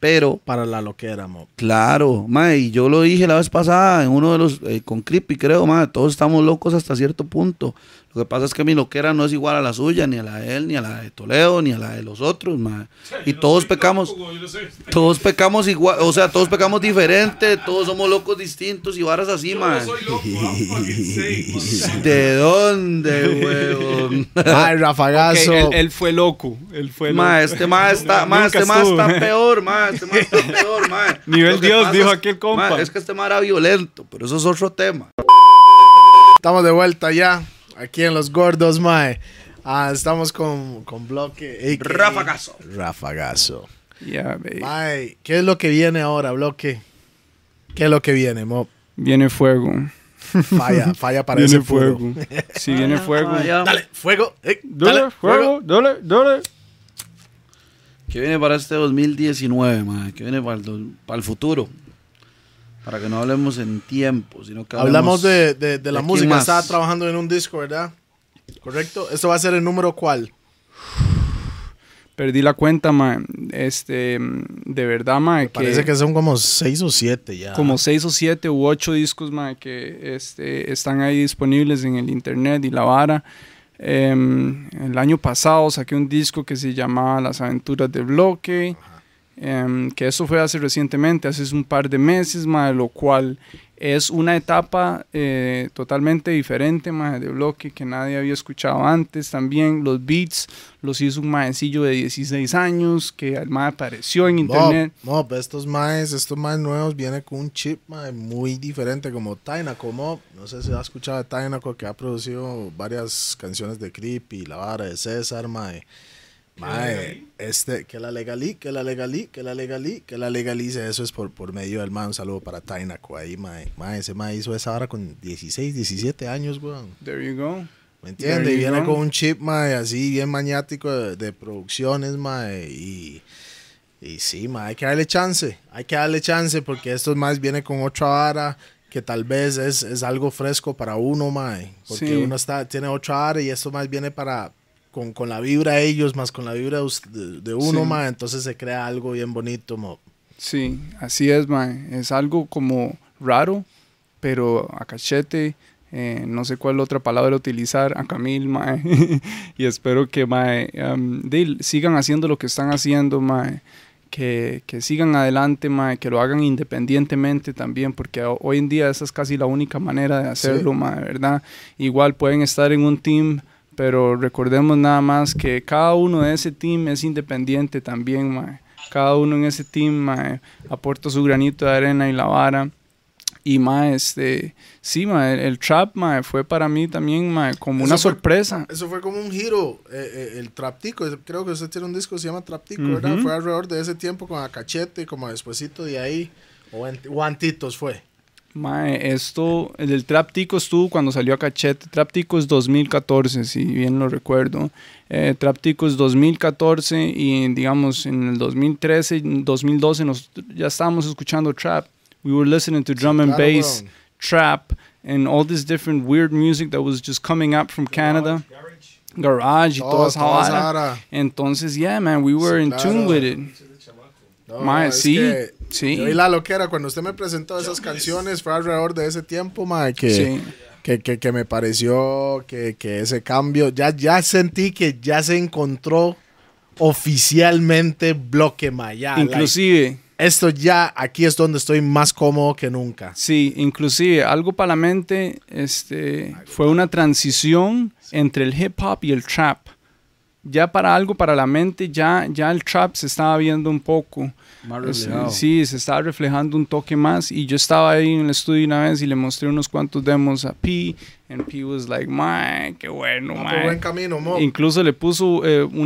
pero...
Para la loquera, mo.
Claro, mae, y yo lo dije la vez pasada en uno de los, con Creepy creo, mae, todos estamos locos hasta cierto punto. Lo que pasa es que mi loquera no es igual a la suya, ni a la de él, ni a la de Toledo, ni a la de los otros, mae. Y todos pecamos, todos pecamos igual, o sea, todos pecamos diferente, todos somos locos distintos y varas así, mae.
Yo no soy loco,
¿De dónde, huevón?
Ay, Rafagazo.
Okay, él fue loco. Él fue
Ma,
loco.
este ma está peor, ma. Este ma está peor, ma.
Nivel
Lo que
Dios,
pasa
dijo
es-
aquel compa.
ma, es que este ma era violento, pero eso es otro tema.
Estamos de vuelta ya, aquí en Los Gordos, mae. Estamos con Bloque.
Rafagazo.
Rafagazo.
Yeah, baby.
Mae, ¿qué es lo que viene ahora, Bloque? ¿Qué es lo que viene, mo?
Viene fuego.
Falla para
Viene
ese puro.
fuego. Si viene fuego.
Dale, fuego.
Dale, fuego. Dale, dale.
¿Qué viene para este 2019, ma? ¿Qué viene para el futuro? Para que no hablemos en tiempo, sino que
Hablamos de la
quién
música.
más.
Estaba trabajando en un disco, ¿verdad? ¿Correcto? ¿Esto va a ser el número cuál?
Perdí la cuenta, ma. De verdad, ma.
Parece que son como 6 o 7 ya.
Como 6 o 7 u 8 discos, ma, que están ahí disponibles en el internet y la vara. El año pasado saqué un disco que se llamaba Las Aventuras de Bloque. Que eso fue recientemente, hace un par de meses, ma, lo cual es una etapa totalmente diferente, ma, de Bloque, que nadie había escuchado antes. También los beats los hizo un maecillo de 16 años que el ma apareció en internet.
No, pues estos maes nuevos vienen con un chip, mae, muy diferente, como Tainaco, mo. No sé si has escuchado de Tainaco, que ha producido varias canciones de Creepy, La Vara de César, mae. Mae, que la legalice, eso es por medio del man. Un saludo para Tainaco ahí, mae. Ese mae hizo esa hora con 16, 17 años, weón.
There you go.
¿Me entiendes? Y viene con un chip, mae, así bien maniático de producciones, mae. Y sí, mae, hay que darle chance, porque estos más vienen con otra vara que tal vez es algo fresco para uno, mae. Porque
Sí.
uno tiene otra vara y esto más viene con la vibra de ellos, más con la vibra de uno,
Sí.
mae. Entonces se crea algo bien bonito, mo.
Sí, así es, mae. Es algo como raro, pero a cachete. No sé cuál otra palabra utilizar, a Camil, mae. Y espero que, mae, sigan haciendo lo que están haciendo, mae. Que sigan adelante, mae, que lo hagan independientemente también, porque hoy en día esa es casi la única manera de hacerlo,
Sí.
mae, ¿verdad? Igual pueden estar en un team, pero recordemos nada más que cada uno de ese team es independiente también, mae. Cada uno en ese team, mae, aporta su granito de arena y la vara. Y, mae, sí, mae, el trap, mae, fue para mí también, mae, como una sorpresa.
Eso fue como un giro, el Traptico. Creo que usted tiene un disco que se llama Traptico, ¿verdad? Fue alrededor de ese tiempo con Acachete, como despuesito de ahí. O Antitos fue.
Mae, el del Trap Tico estuvo cuando salió a Cachete. Trap Tico es 2014, si bien lo recuerdo. Trap Tico es 2014 y digamos en el 2013, 2012 ya estábamos escuchando trap. We were listening to drum and bass,
weón.
trap, and all this different weird music that was just coming up from Canada. Garage y toda esa vara. Entonces, yeah, man, we were in tune with it.
No,
Mae,
es
sí,
que
sí.
yo vi la loquera cuando usted me presentó esas canciones, fue alrededor de ese tiempo, mae,
Sí.
que me pareció que ese cambio, ya sentí que ya se encontró oficialmente Bloque Maya.
Inclusive...
Esto ya, aquí es donde estoy más cómodo que nunca.
Sí, inclusive algo para la mente, fue una transición entre el hip hop y el trap. Ya para la mente, ya el trap se estaba viendo un poco.
Más reflejado.
Sí, se estaba reflejando un toque más. Y yo estaba ahí en el estudio una vez y le mostré unos cuantos demos a P. And P was like, "Man, qué bueno,
Por
man."
buen camino, mo.
Incluso le puso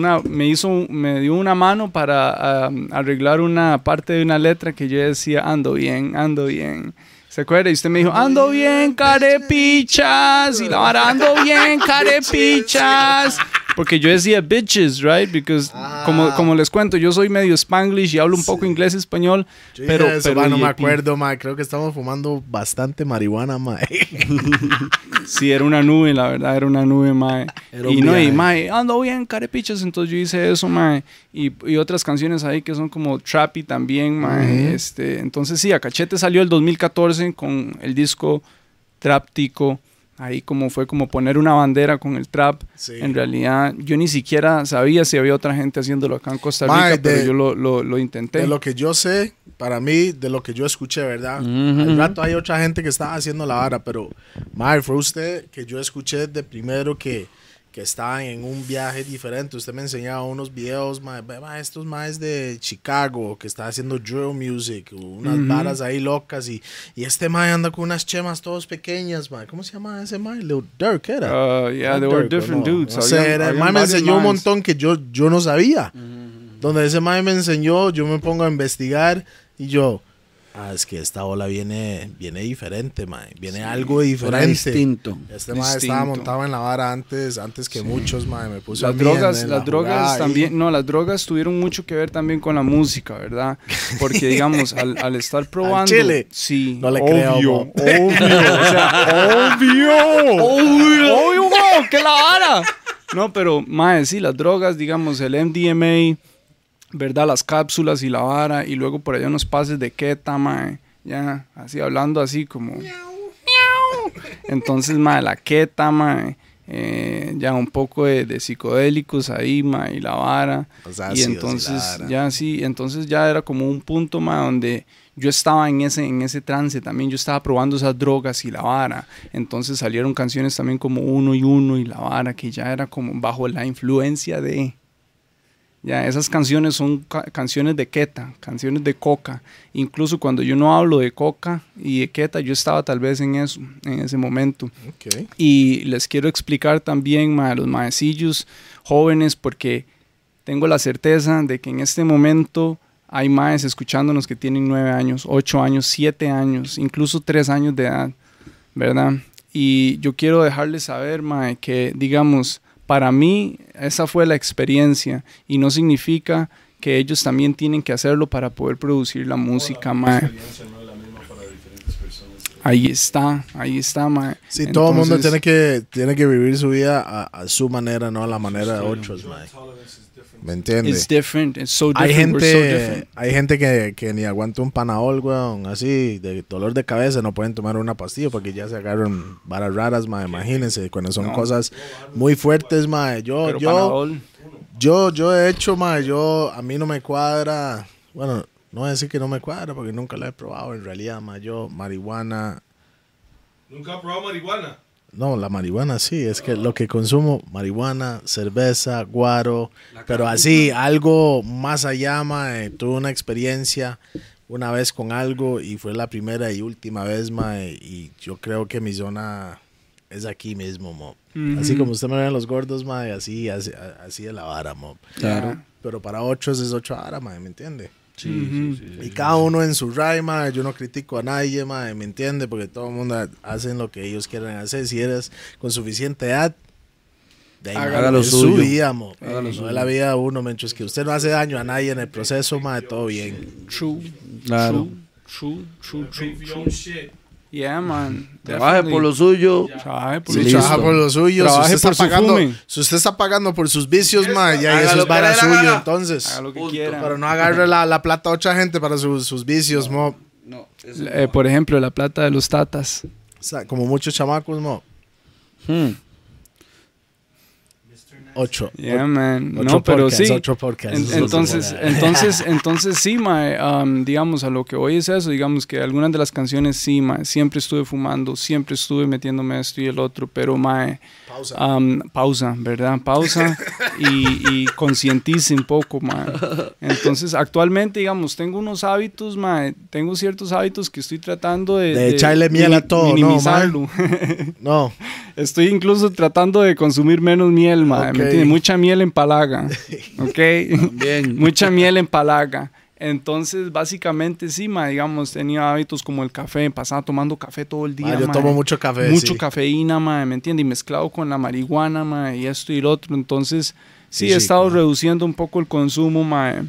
me dio una mano para arreglar una parte de una letra que yo decía, ando bien, ando bien. ¿Se acuerda? Y usted me dijo, ando bien, carepichas. Y la vara, ando bien, carepichas. porque yo decía bitches, right? Because como les cuento, yo soy medio spanglish y hablo un poco inglés y español, pero
no me acuerdo, mae. Creo que estamos fumando bastante marihuana, mae.
Sí, era una nube, la verdad, era una nube, mae. Y mae, ando bien, carepichas. Entonces yo hice eso, mae. Y otras canciones ahí que son como trappy también, mae. Entonces sí, A Cachete salió el 2014 con el disco Trap Tico. Ahí fue como poner una bandera con el trap. Sí. En realidad, yo ni siquiera sabía si había otra gente haciéndolo acá en Costa Rica, pero yo lo intenté.
De lo que yo sé, para mí, de lo que yo escuché, ¿verdad? Al rato hay otra gente que estaba haciendo la vara, pero, mae, fue usted que yo escuché de primero que estaban en un viaje diferente. Usted me enseñaba unos videos, mae, estos maes de Chicago, que está haciendo drill music, unas varas ahí locas, y este mae anda con unas chemas todas pequeñas, mae. ¿Cómo se llama ese mae? Lil Durk era.
Yeah, they were different dudes.
No sé, el mae me enseñó un montón que yo no sabía. Donde ese mae me enseñó, yo me pongo a investigar, y yo... es que esta ola viene diferente, mae. Viene algo diferente.
Distinto.
Este mae estaba montado en la vara antes que muchos, mae. Me puse
las drogas también, las drogas tuvieron mucho que ver también con la música, ¿verdad? Porque, digamos, al estar probando...
Chile.
Sí.
No le creo,
obvio. O sea, obvio, que la vara. No, pero, mae, sí, las drogas, digamos, el MDMA... ¿verdad? Las cápsulas y la vara, y luego por allá unos pases de keta, mae, ya, así hablando así como... Entonces, mae, la keta, mae, ya un poco de psicodélicos ahí, mae, y la vara. Y entonces, entonces ya era como un punto, mae, donde yo estaba en ese trance también, yo estaba probando esas drogas y la vara. Entonces salieron canciones también como Uno y la vara, que ya era como bajo la influencia de... Ya, esas canciones son canciones de keta, canciones de coca. Incluso cuando yo no hablo de coca y de keta, yo estaba tal vez en eso, en ese momento.
Okay.
Y les quiero explicar también a los maecillos jóvenes, porque tengo la certeza de que en este momento hay maes escuchándonos que tienen 9 años, 8 años, 7 años, incluso 3 años de edad, ¿verdad? Y yo quiero dejarles saber, mae, que digamos... Para mí, esa fue la experiencia, y no significa que ellos también tienen que hacerlo para poder producir la música, mae.
La experiencia no es la misma para diferentes personas.
Ahí está, mae.
Sí, entonces, todo el mundo tiene que vivir su vida a su manera, no a la manera de otros, mae. ¿Me entiendes?
It's different, it's so different.
Hay gente que ni aguanta un Panadol, weón, así, de dolor de cabeza, no pueden tomar una pastilla porque ya se agarran varas raras, ma, imagínense, cuando son cosas muy fuertes, ma. Yo he hecho, ma, a mí no me cuadra, bueno, no voy a decir que no me cuadra porque nunca la he probado en realidad, ma. Yo, marihuana.
¿Nunca has probado marihuana?
No, la marihuana sí, es que lo que consumo, marihuana, cerveza, guaro, pero así, algo más allá, mae. Tuve una experiencia una vez con algo y fue la primera y última vez, mae, y yo creo que mi zona es aquí mismo, mo. Así como usted me ve en los gordos, mae, así es la vara, mo.
Claro.
Pero para otros es otra vara, mae, ¿me entiende?
Sí.
Y cada uno en su raya, mae. Yo no critico a nadie, mae, ¿me entiende? Porque todo el mundo hace lo que ellos quieren hacer. Si eres con suficiente edad,
hágalo
suyo. Su vida, mo. No es la vida de uno, mientras que usted no hace daño a nadie en el proceso, mae, todo bien.
True. True. Yeah, man.
Trabaje por lo suyo.
Trabaje por
lo suyo.
Trabaje por su fume.
Si usted está pagando por sus vicios, mae, ya eso es para suyo, entonces.
Haga lo que quiera.
Pero no agarre la plata a otra gente para sus vicios, mo.
No,
por ejemplo, la plata de los tatas.
O sea, como muchos chamacos, mo. 8.
Yeah, man. No, pero sí. Entonces sí, mae, digamos, a lo que voy es eso, digamos que algunas de las canciones sí, mae, siempre estuve fumando, siempre estuve metiéndome esto y el otro, pero mae, pausa, ¿verdad? Pausa y concientice un poco, mae. Entonces, actualmente, digamos, tengo unos hábitos, mae, tengo ciertos hábitos que estoy tratando de
echarle miel a todo,
minimizarlo.
No.
Estoy incluso tratando de consumir menos miel, mae. Okay. ¿Me entiendes? Mucha miel empalaga, ¿ok?
Bien.
Mucha miel empalaga. Entonces, básicamente, sí, ma, digamos, tenía hábitos como el café, pasaba tomando café todo el día.
Yo tomo mucho café,
mucho
sí.
Cafeína, ma, ¿me entiendes? Y mezclado con la marihuana, ma, y esto y lo otro. Entonces, sí, he estado reduciendo un poco el consumo, ma.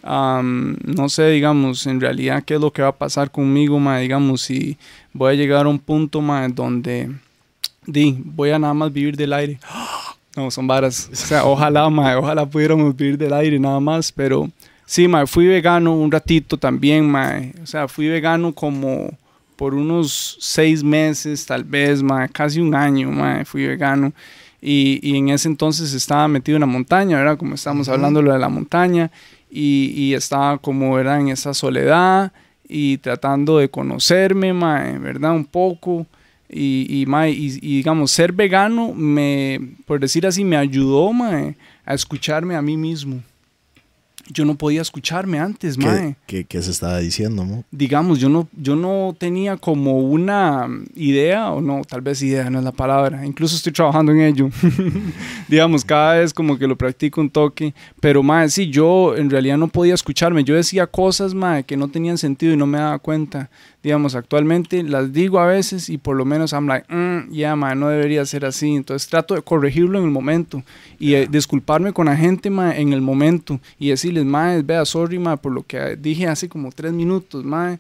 No sé, digamos, en realidad qué es lo que va a pasar conmigo, ma, digamos, si voy a llegar a un punto, ma, donde voy a nada más vivir del aire. No, son varas. O sea, ojalá pudiéramos vivir del aire nada más, pero sí, ma, fui vegano un ratito también, ma. O sea, fui vegano como por unos 6 meses, tal vez, ma, casi un año, ma, fui vegano. Y en ese entonces estaba metido en la montaña, ¿verdad? Como estábamos hablando lo de la montaña. Y estaba como, ¿verdad? En esa soledad y tratando de conocerme, mae, ¿verdad? Un poco. Y digamos, ser vegano, por decir así, me ayudó, mae, a escucharme a mí mismo. Yo no podía escucharme antes, mae.
¿Qué se estaba diciendo, mo?
Digamos, yo no tenía como una idea, o no, tal vez idea no es la palabra, incluso estoy trabajando en ello. Digamos, cada vez como que lo practico un toque, pero mae, sí, yo en realidad no podía escucharme, yo decía cosas, mae, que no tenían sentido y no me daba cuenta. Digamos, actualmente las digo a veces y por lo menos I'm like, mae, no debería ser así. Entonces trato de corregirlo en el momento y disculparme con la gente, mae, en el momento y decirles, mae, vea, sorry, mae, por lo que dije hace como 3 minutos, mae,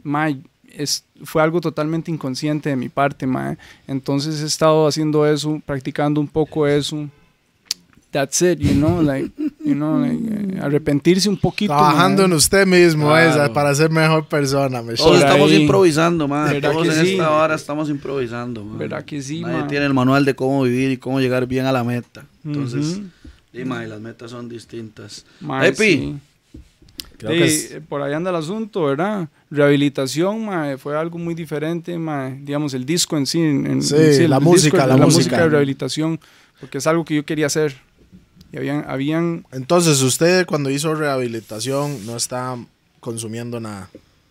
fue algo totalmente inconsciente de mi parte, mae. Entonces he estado haciendo eso, practicando un poco eso. That's it, like, arrepentirse un poquito.
Trabajando en usted mismo, claro. Para ser mejor persona.
Todos estamos improvisando, man. Todos en esta hora estamos improvisando, man.
¿Verdad que sí,
Nadie
man?
tiene el manual de cómo vivir y cómo llegar bien a la meta. Entonces, las metas son distintas.
Sí. Creo que por ahí anda el asunto, ¿verdad? Rehabilitación, ma, fue algo muy diferente, ma. Digamos, el disco en sí.
La música
de rehabilitación, porque es algo que yo quería hacer. Y habían...
Entonces, usted cuando hizo rehabilitación no estaba consumiendo nada.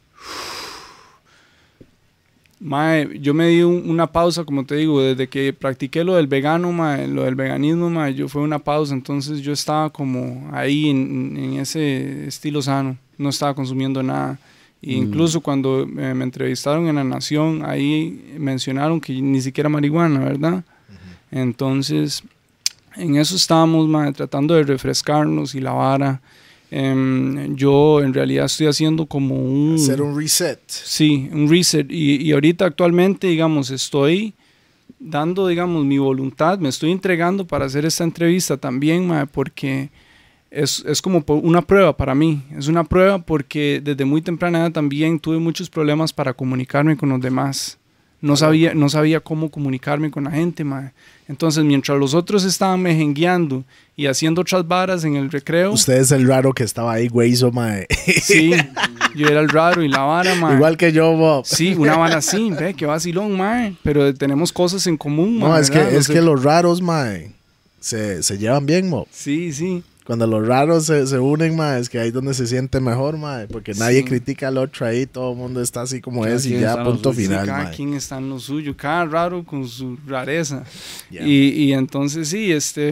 Mae, yo me di una pausa, como te digo, desde que practiqué lo del vegano, mae, lo del veganismo, mae, fue una pausa, entonces yo estaba como ahí en ese estilo sano, no estaba consumiendo nada. E incluso cuando me entrevistaron en La Nación, ahí mencionaron que ni siquiera marihuana, ¿verdad? Entonces, en eso estábamos, mae, tratando de refrescarnos y la vara. Yo en realidad estoy haciendo como
hacer un reset.
Sí, un reset. Y ahorita actualmente, digamos, estoy dando, digamos, mi voluntad, me estoy entregando para hacer esta entrevista también, mae, porque es como una prueba para mí. Es una prueba porque desde muy temprana edad también tuve muchos problemas para comunicarme con los demás. No sabía cómo comunicarme con la gente, mae. Entonces, mientras los otros estaban mejengueando y haciendo otras varas en el recreo...
Usted es el raro que estaba ahí, güey, mae.
Sí, yo era el raro y la vara, mae.
Igual que yo, Bob.
Sí, una vara así, ve, qué vacilón, mae. Pero tenemos cosas en común, mae.
No, es que los raros, mae, se llevan bien, Bob.
Sí, sí.
Cuando los raros se unen, ma, es que ahí es donde se siente mejor, ma, porque nadie critica al otro ahí, todo el mundo está así como es y ya punto final,
sí, cada quien está en lo suyo, cada raro con su rareza. Yeah. Y entonces sí,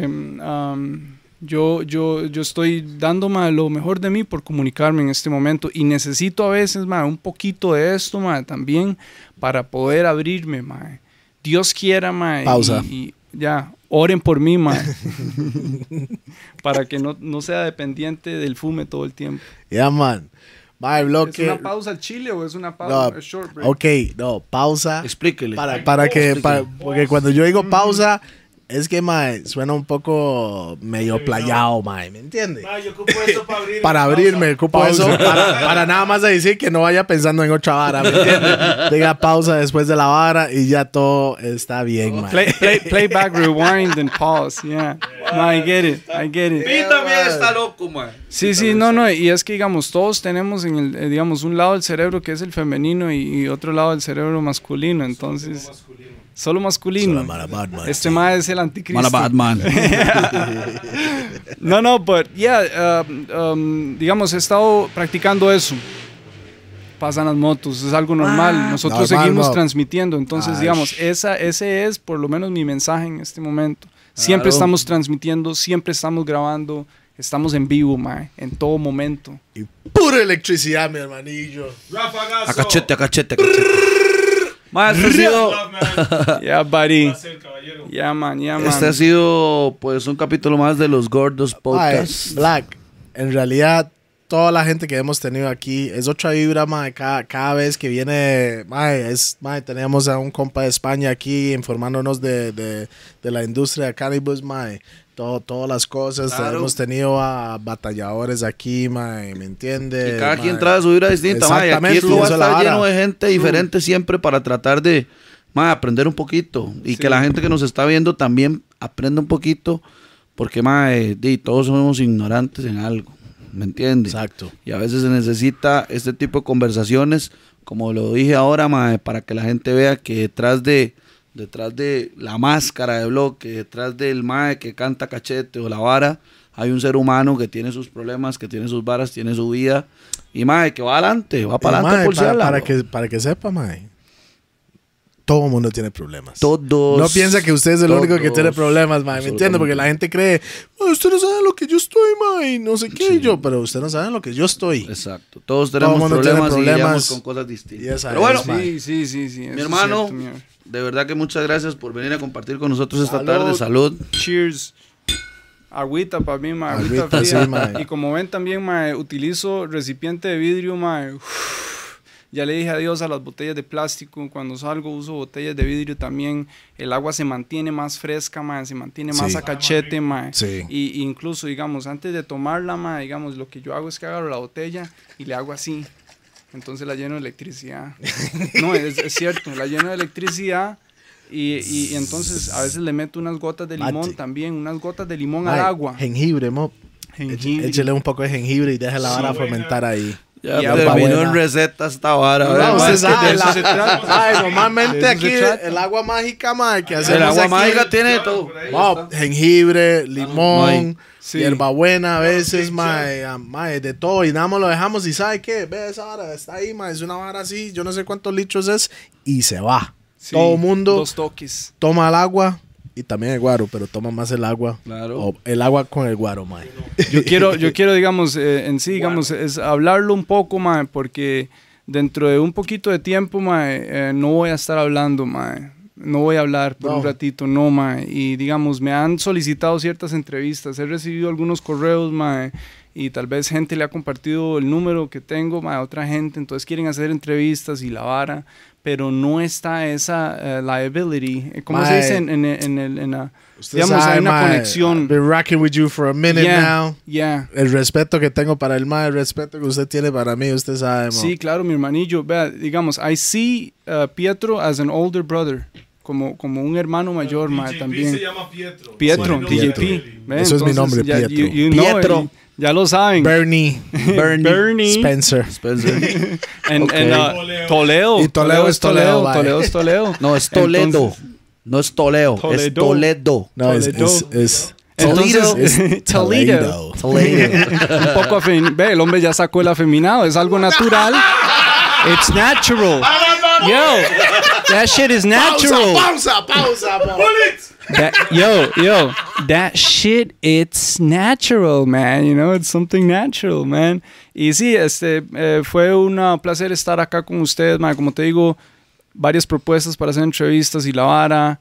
yo estoy dando, ma, lo mejor de mí por comunicarme en este momento y necesito a veces, ma, un poquito de esto, ma, también para poder abrirme, ma. Dios quiera, ma.
Pausa.
Y ya, oren por mí, ma. Para que no sea dependiente del fume todo el tiempo.
Yeah, man. My bloque.
¿Es una pausa al chile o es una pausa?
No,
short break?
Ok, no, pausa.
Explíquele.
Porque cuando yo digo pausa, es que, mae, suena un poco medio playado, mae, ¿me entiendes?
Yo ocupo eso para abrirme.
Para abrirme, ocupo eso para nada más decir que no vaya pensando en otra vara, ¿me entiendes? Diga pausa después de la vara y ya todo está bien, mae.
Playback, rewind and pause, yeah. No, I get it.
Y también está loco, mae.
Sí, no, y es que, digamos, todos tenemos digamos, un lado del cerebro que es el femenino y otro lado del cerebro masculino, entonces... Solo masculino. Este mae es el anticristo.
Batman.
No, but yeah, digamos, he estado practicando eso. Pasan las motos, es algo normal. Nosotros seguimos transmitiendo. Entonces, digamos, ese es por lo menos mi mensaje en este momento. Siempre estamos transmitiendo, siempre estamos grabando. Estamos en vivo, mae, en todo momento.
Y pura electricidad, mi hermanillo.
Rafagazo.
A cachete. Ma, este ha sido...
Ya, buddy.
Placer, caballero.
Ya, man.
Este ha sido, pues, un capítulo más de Los Gordos
Ay,
Podcast.
Black, en realidad, toda la gente que hemos tenido aquí es otra vibra, mae. Cada vez que viene, mae, teníamos a un compa de España aquí informándonos de la industria de cannabis, mae. Todas las cosas.
Claro.
Hemos tenido a batalladores aquí, mae, ¿me entiendes?
Y cada quien trae su vibra distinta, ma, y aquí
Exactamente,
esto va a
esa es la
estar lleno
vara.
de gente diferente siempre para tratar de, ma, aprender un poquito. Y que la gente que nos está viendo también aprenda un poquito, porque, ma, todos somos ignorantes en algo, ¿me entiendes?
Exacto.
Y a veces se necesita este tipo de conversaciones, como lo dije ahora, ma, para que la gente vea que detrás de la máscara de bloque, detrás del mae que canta cachete o la vara, hay un ser humano que tiene sus problemas, que tiene sus varas, tiene su vida. Y mae, que va adelante, va para adelante por
para que sepa, mae. Todo el mundo tiene problemas.
Todos.
No piensa que usted es el único que tiene problemas, mae. ¿Me entiende? Porque la gente cree, usted no sabe lo que yo estoy, mae. No sé qué yo, pero usted no sabe lo que yo estoy.
Exacto. Todos tenemos
mundo tiene
problemas y
problemas.
lidiamos con cosas distintas.
Y esa
Pero bueno,
es, mae.
Sí.
mi hermano, de verdad que muchas gracias por venir a compartir con nosotros esta
Salud.
tarde. Salud.
Cheers. Agüita para mí, mae. Agüita
Agüita,
fría.
sí, mae.
Y como ven también, mae, utilizo recipiente de vidrio, mae. Ya le dije adiós a las botellas de plástico. Cuando salgo uso botellas de vidrio también. El agua se mantiene más fresca, mae. Se mantiene más
Sí.
a cachete, mae.
Sí.
Y incluso, digamos, antes de tomarla, mae, digamos, lo que yo hago es que agarro la botella y le hago así. Entonces la lleno de electricidad. No, es cierto. La lleno de electricidad. Y entonces a veces le meto unas gotas de limón
Mate.
también. Unas gotas de limón
Mae,
al agua.
Jengibre, mo.
Jengibre.
Échele un poco de jengibre y deje la vara fermentar ahí.
Ya
Ya,
terminó
buena.
en receta esta vara.
No,
¿verdad,
usted
mae?
sabe, de eso se trata.
Ay, normalmente
De eso
aquí
se trata.
el agua mágica, mae, que hacemos
El agua
aquí,
mágica tiene todo.
wow, jengibre, limón,
Sí.
hierbabuena a veces, mae, mae, de todo. Y nada más lo dejamos y ¿sabe qué? Ve esa vara, está ahí, mae, es una vara así, yo no sé cuántos litros es, y se va.
Sí,
Todo mundo
2 toques.
toma el agua y también el guaro, pero toma más el agua.
Claro.
O el agua con el guaro, mae.
Yo quiero digamos, en sí, digamos, es hablarlo un poco, mae, porque dentro de un poquito de tiempo, mae, no voy a estar hablando, mae. No voy a hablar por
No.
un ratito, no, mae. Y digamos, me han solicitado ciertas entrevistas. He recibido algunos correos, mae. Y tal vez gente le ha compartido el número que tengo, mae, a otra gente. Entonces quieren hacer entrevistas y la vara. Pero no está esa liability. ¿Cómo
Mae,
se dice en la...
Usted
Digamos,
sabe,
hay una
mae,
conexión.
I've been rocking with you for a minute
Yeah,
now.
yeah.
El respeto que tengo para el mae, el respeto que usted tiene para mí, usted sabe, mo.
Sí, claro, mi hermanillo. Vea, digamos, I see Pietro as an older brother. Como un hermano mayor, mae,
DJP
también.
se llama Pietro.
Pietro,
Sí,
DJP.
Pietro.
Ve,
Eso es mi nombre,
ya,
Pietro.
Pietro.
Ya lo saben.
Bernie,
Bernie.
Spencer.
Spencer.
And,
Ok.
Toledo.
Y Toledo es Toledo, vaya.
Toledo es Toledo.
No, es Toledo.
Entonces-
No es Toleo, es
Toledo.
Toledo.
No, es
Entonces,
es
Toledo.
Toledo.
Un poco afeminado. Ve, el hombre ya sacó el afeminado. Es algo natural. It's natural. Yo, that shit is natural.
Pausa, mo.
Yo, that shit, it's natural, man. You know, it's something natural, man. Y sí, fue un placer estar acá con ustedes, man. Como te digo, varias propuestas para hacer entrevistas y la vara.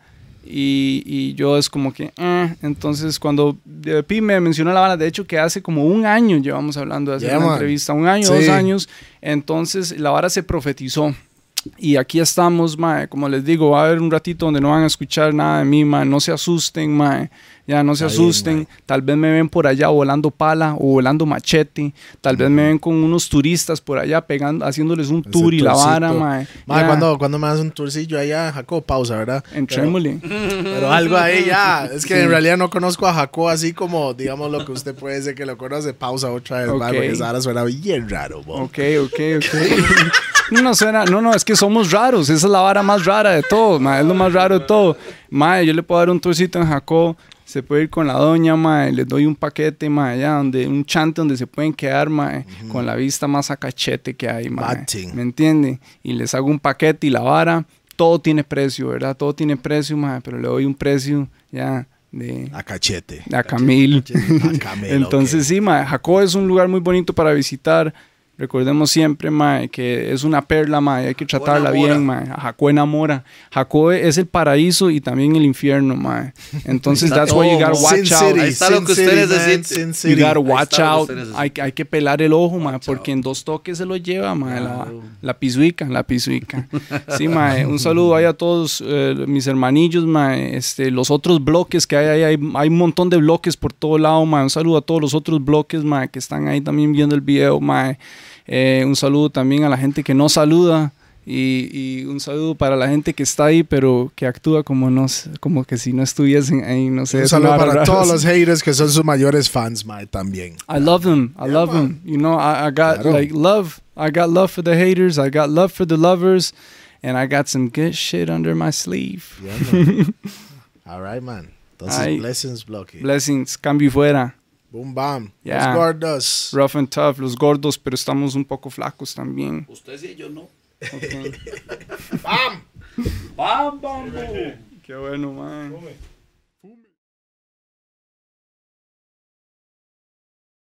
Y yo es como que, Entonces, cuando Pi me mencionó la vara, de hecho que hace como un año llevamos hablando de hacer
Yeah,
una
man.
entrevista, un año,
Sí.
2 años. Entonces, la vara se profetizó. Y aquí estamos, mae. Como les digo, va a haber un ratito donde no van a escuchar nada de mí, mae. No se asusten, mae. Ya no se
Está bien,
asusten.
mae.
Tal vez me ven por allá volando pala o volando machete. Tal vez me ven con unos turistas por allá pegando, haciéndoles un
Ese
tour y la
tourcito.
vara, mae.
Mae,
Ya,
cuando me das un tourcillo allá, Jacob, pausa, ¿verdad?
en
Pero-
Tremoli.
Pero algo ahí ya. Es que en realidad no conozco a Jacob así como, digamos, lo que usted puede decir que lo conoce. Pausa otra vez, mae,
Ok.
porque esa hora suena bien raro, mo.
Ok. No suena, no, es que somos raros. Esa es la vara más rara de todo, mae. Es lo más raro de todo. Mae, yo le puedo dar un tourcito en Jacob. Se puede ir con la doña, mae. Les doy un paquete, mae, allá un chante donde se pueden quedar, mae, con la vista más a cachete que hay, mae.
Bating.
¿Me entiende? Y les hago un paquete y la vara. Todo tiene precio, ¿verdad? Todo tiene precio, mae. Pero le doy un precio, ya,
A Cachete.
A Camil.
A Camil,
Entonces sí, mae, Jacó es un lugar muy bonito para visitar. Recordemos siempre, mae, que es una perla, mae, hay que tratarla bien, mae. Jacó enamora. Jacó es el paraíso y también el infierno, mae. Entonces that's why you gotta watch out.
Ahí está lo que usted necesita.
You gotta watch out. Hay que pelar el ojo, mae, porque en 2 toques se lo lleva, mae, la pisuica. Sí, mae, un saludo ahí a todos mis hermanillos, mae. Los otros bloques que hay un montón de bloques por todo lado, mae. Un saludo a todos los otros bloques, mae, que están ahí también viendo el video, mae. Un saludo también a la gente que no saluda y un saludo para la gente que está ahí pero que actúa como que si no estuviesen ahí, no sé.
Un saludo para todos los haters que son sus mayores fans, mae, también.
I love them. You know, I got love. I got love for the haters. I got love for the lovers, and I got some good shit under my sleeve.
Yeah, all right, man. Entonces, blessings, bloque.
Blessings, cambio y fuera.
Boom, bam.
Yeah.
Los gordos.
Rough and tough, los gordos, pero estamos un poco flacos también.
Usted sí, yo no.
Okay.
Bam.
Bam, bam, bam.
Qué bueno, man.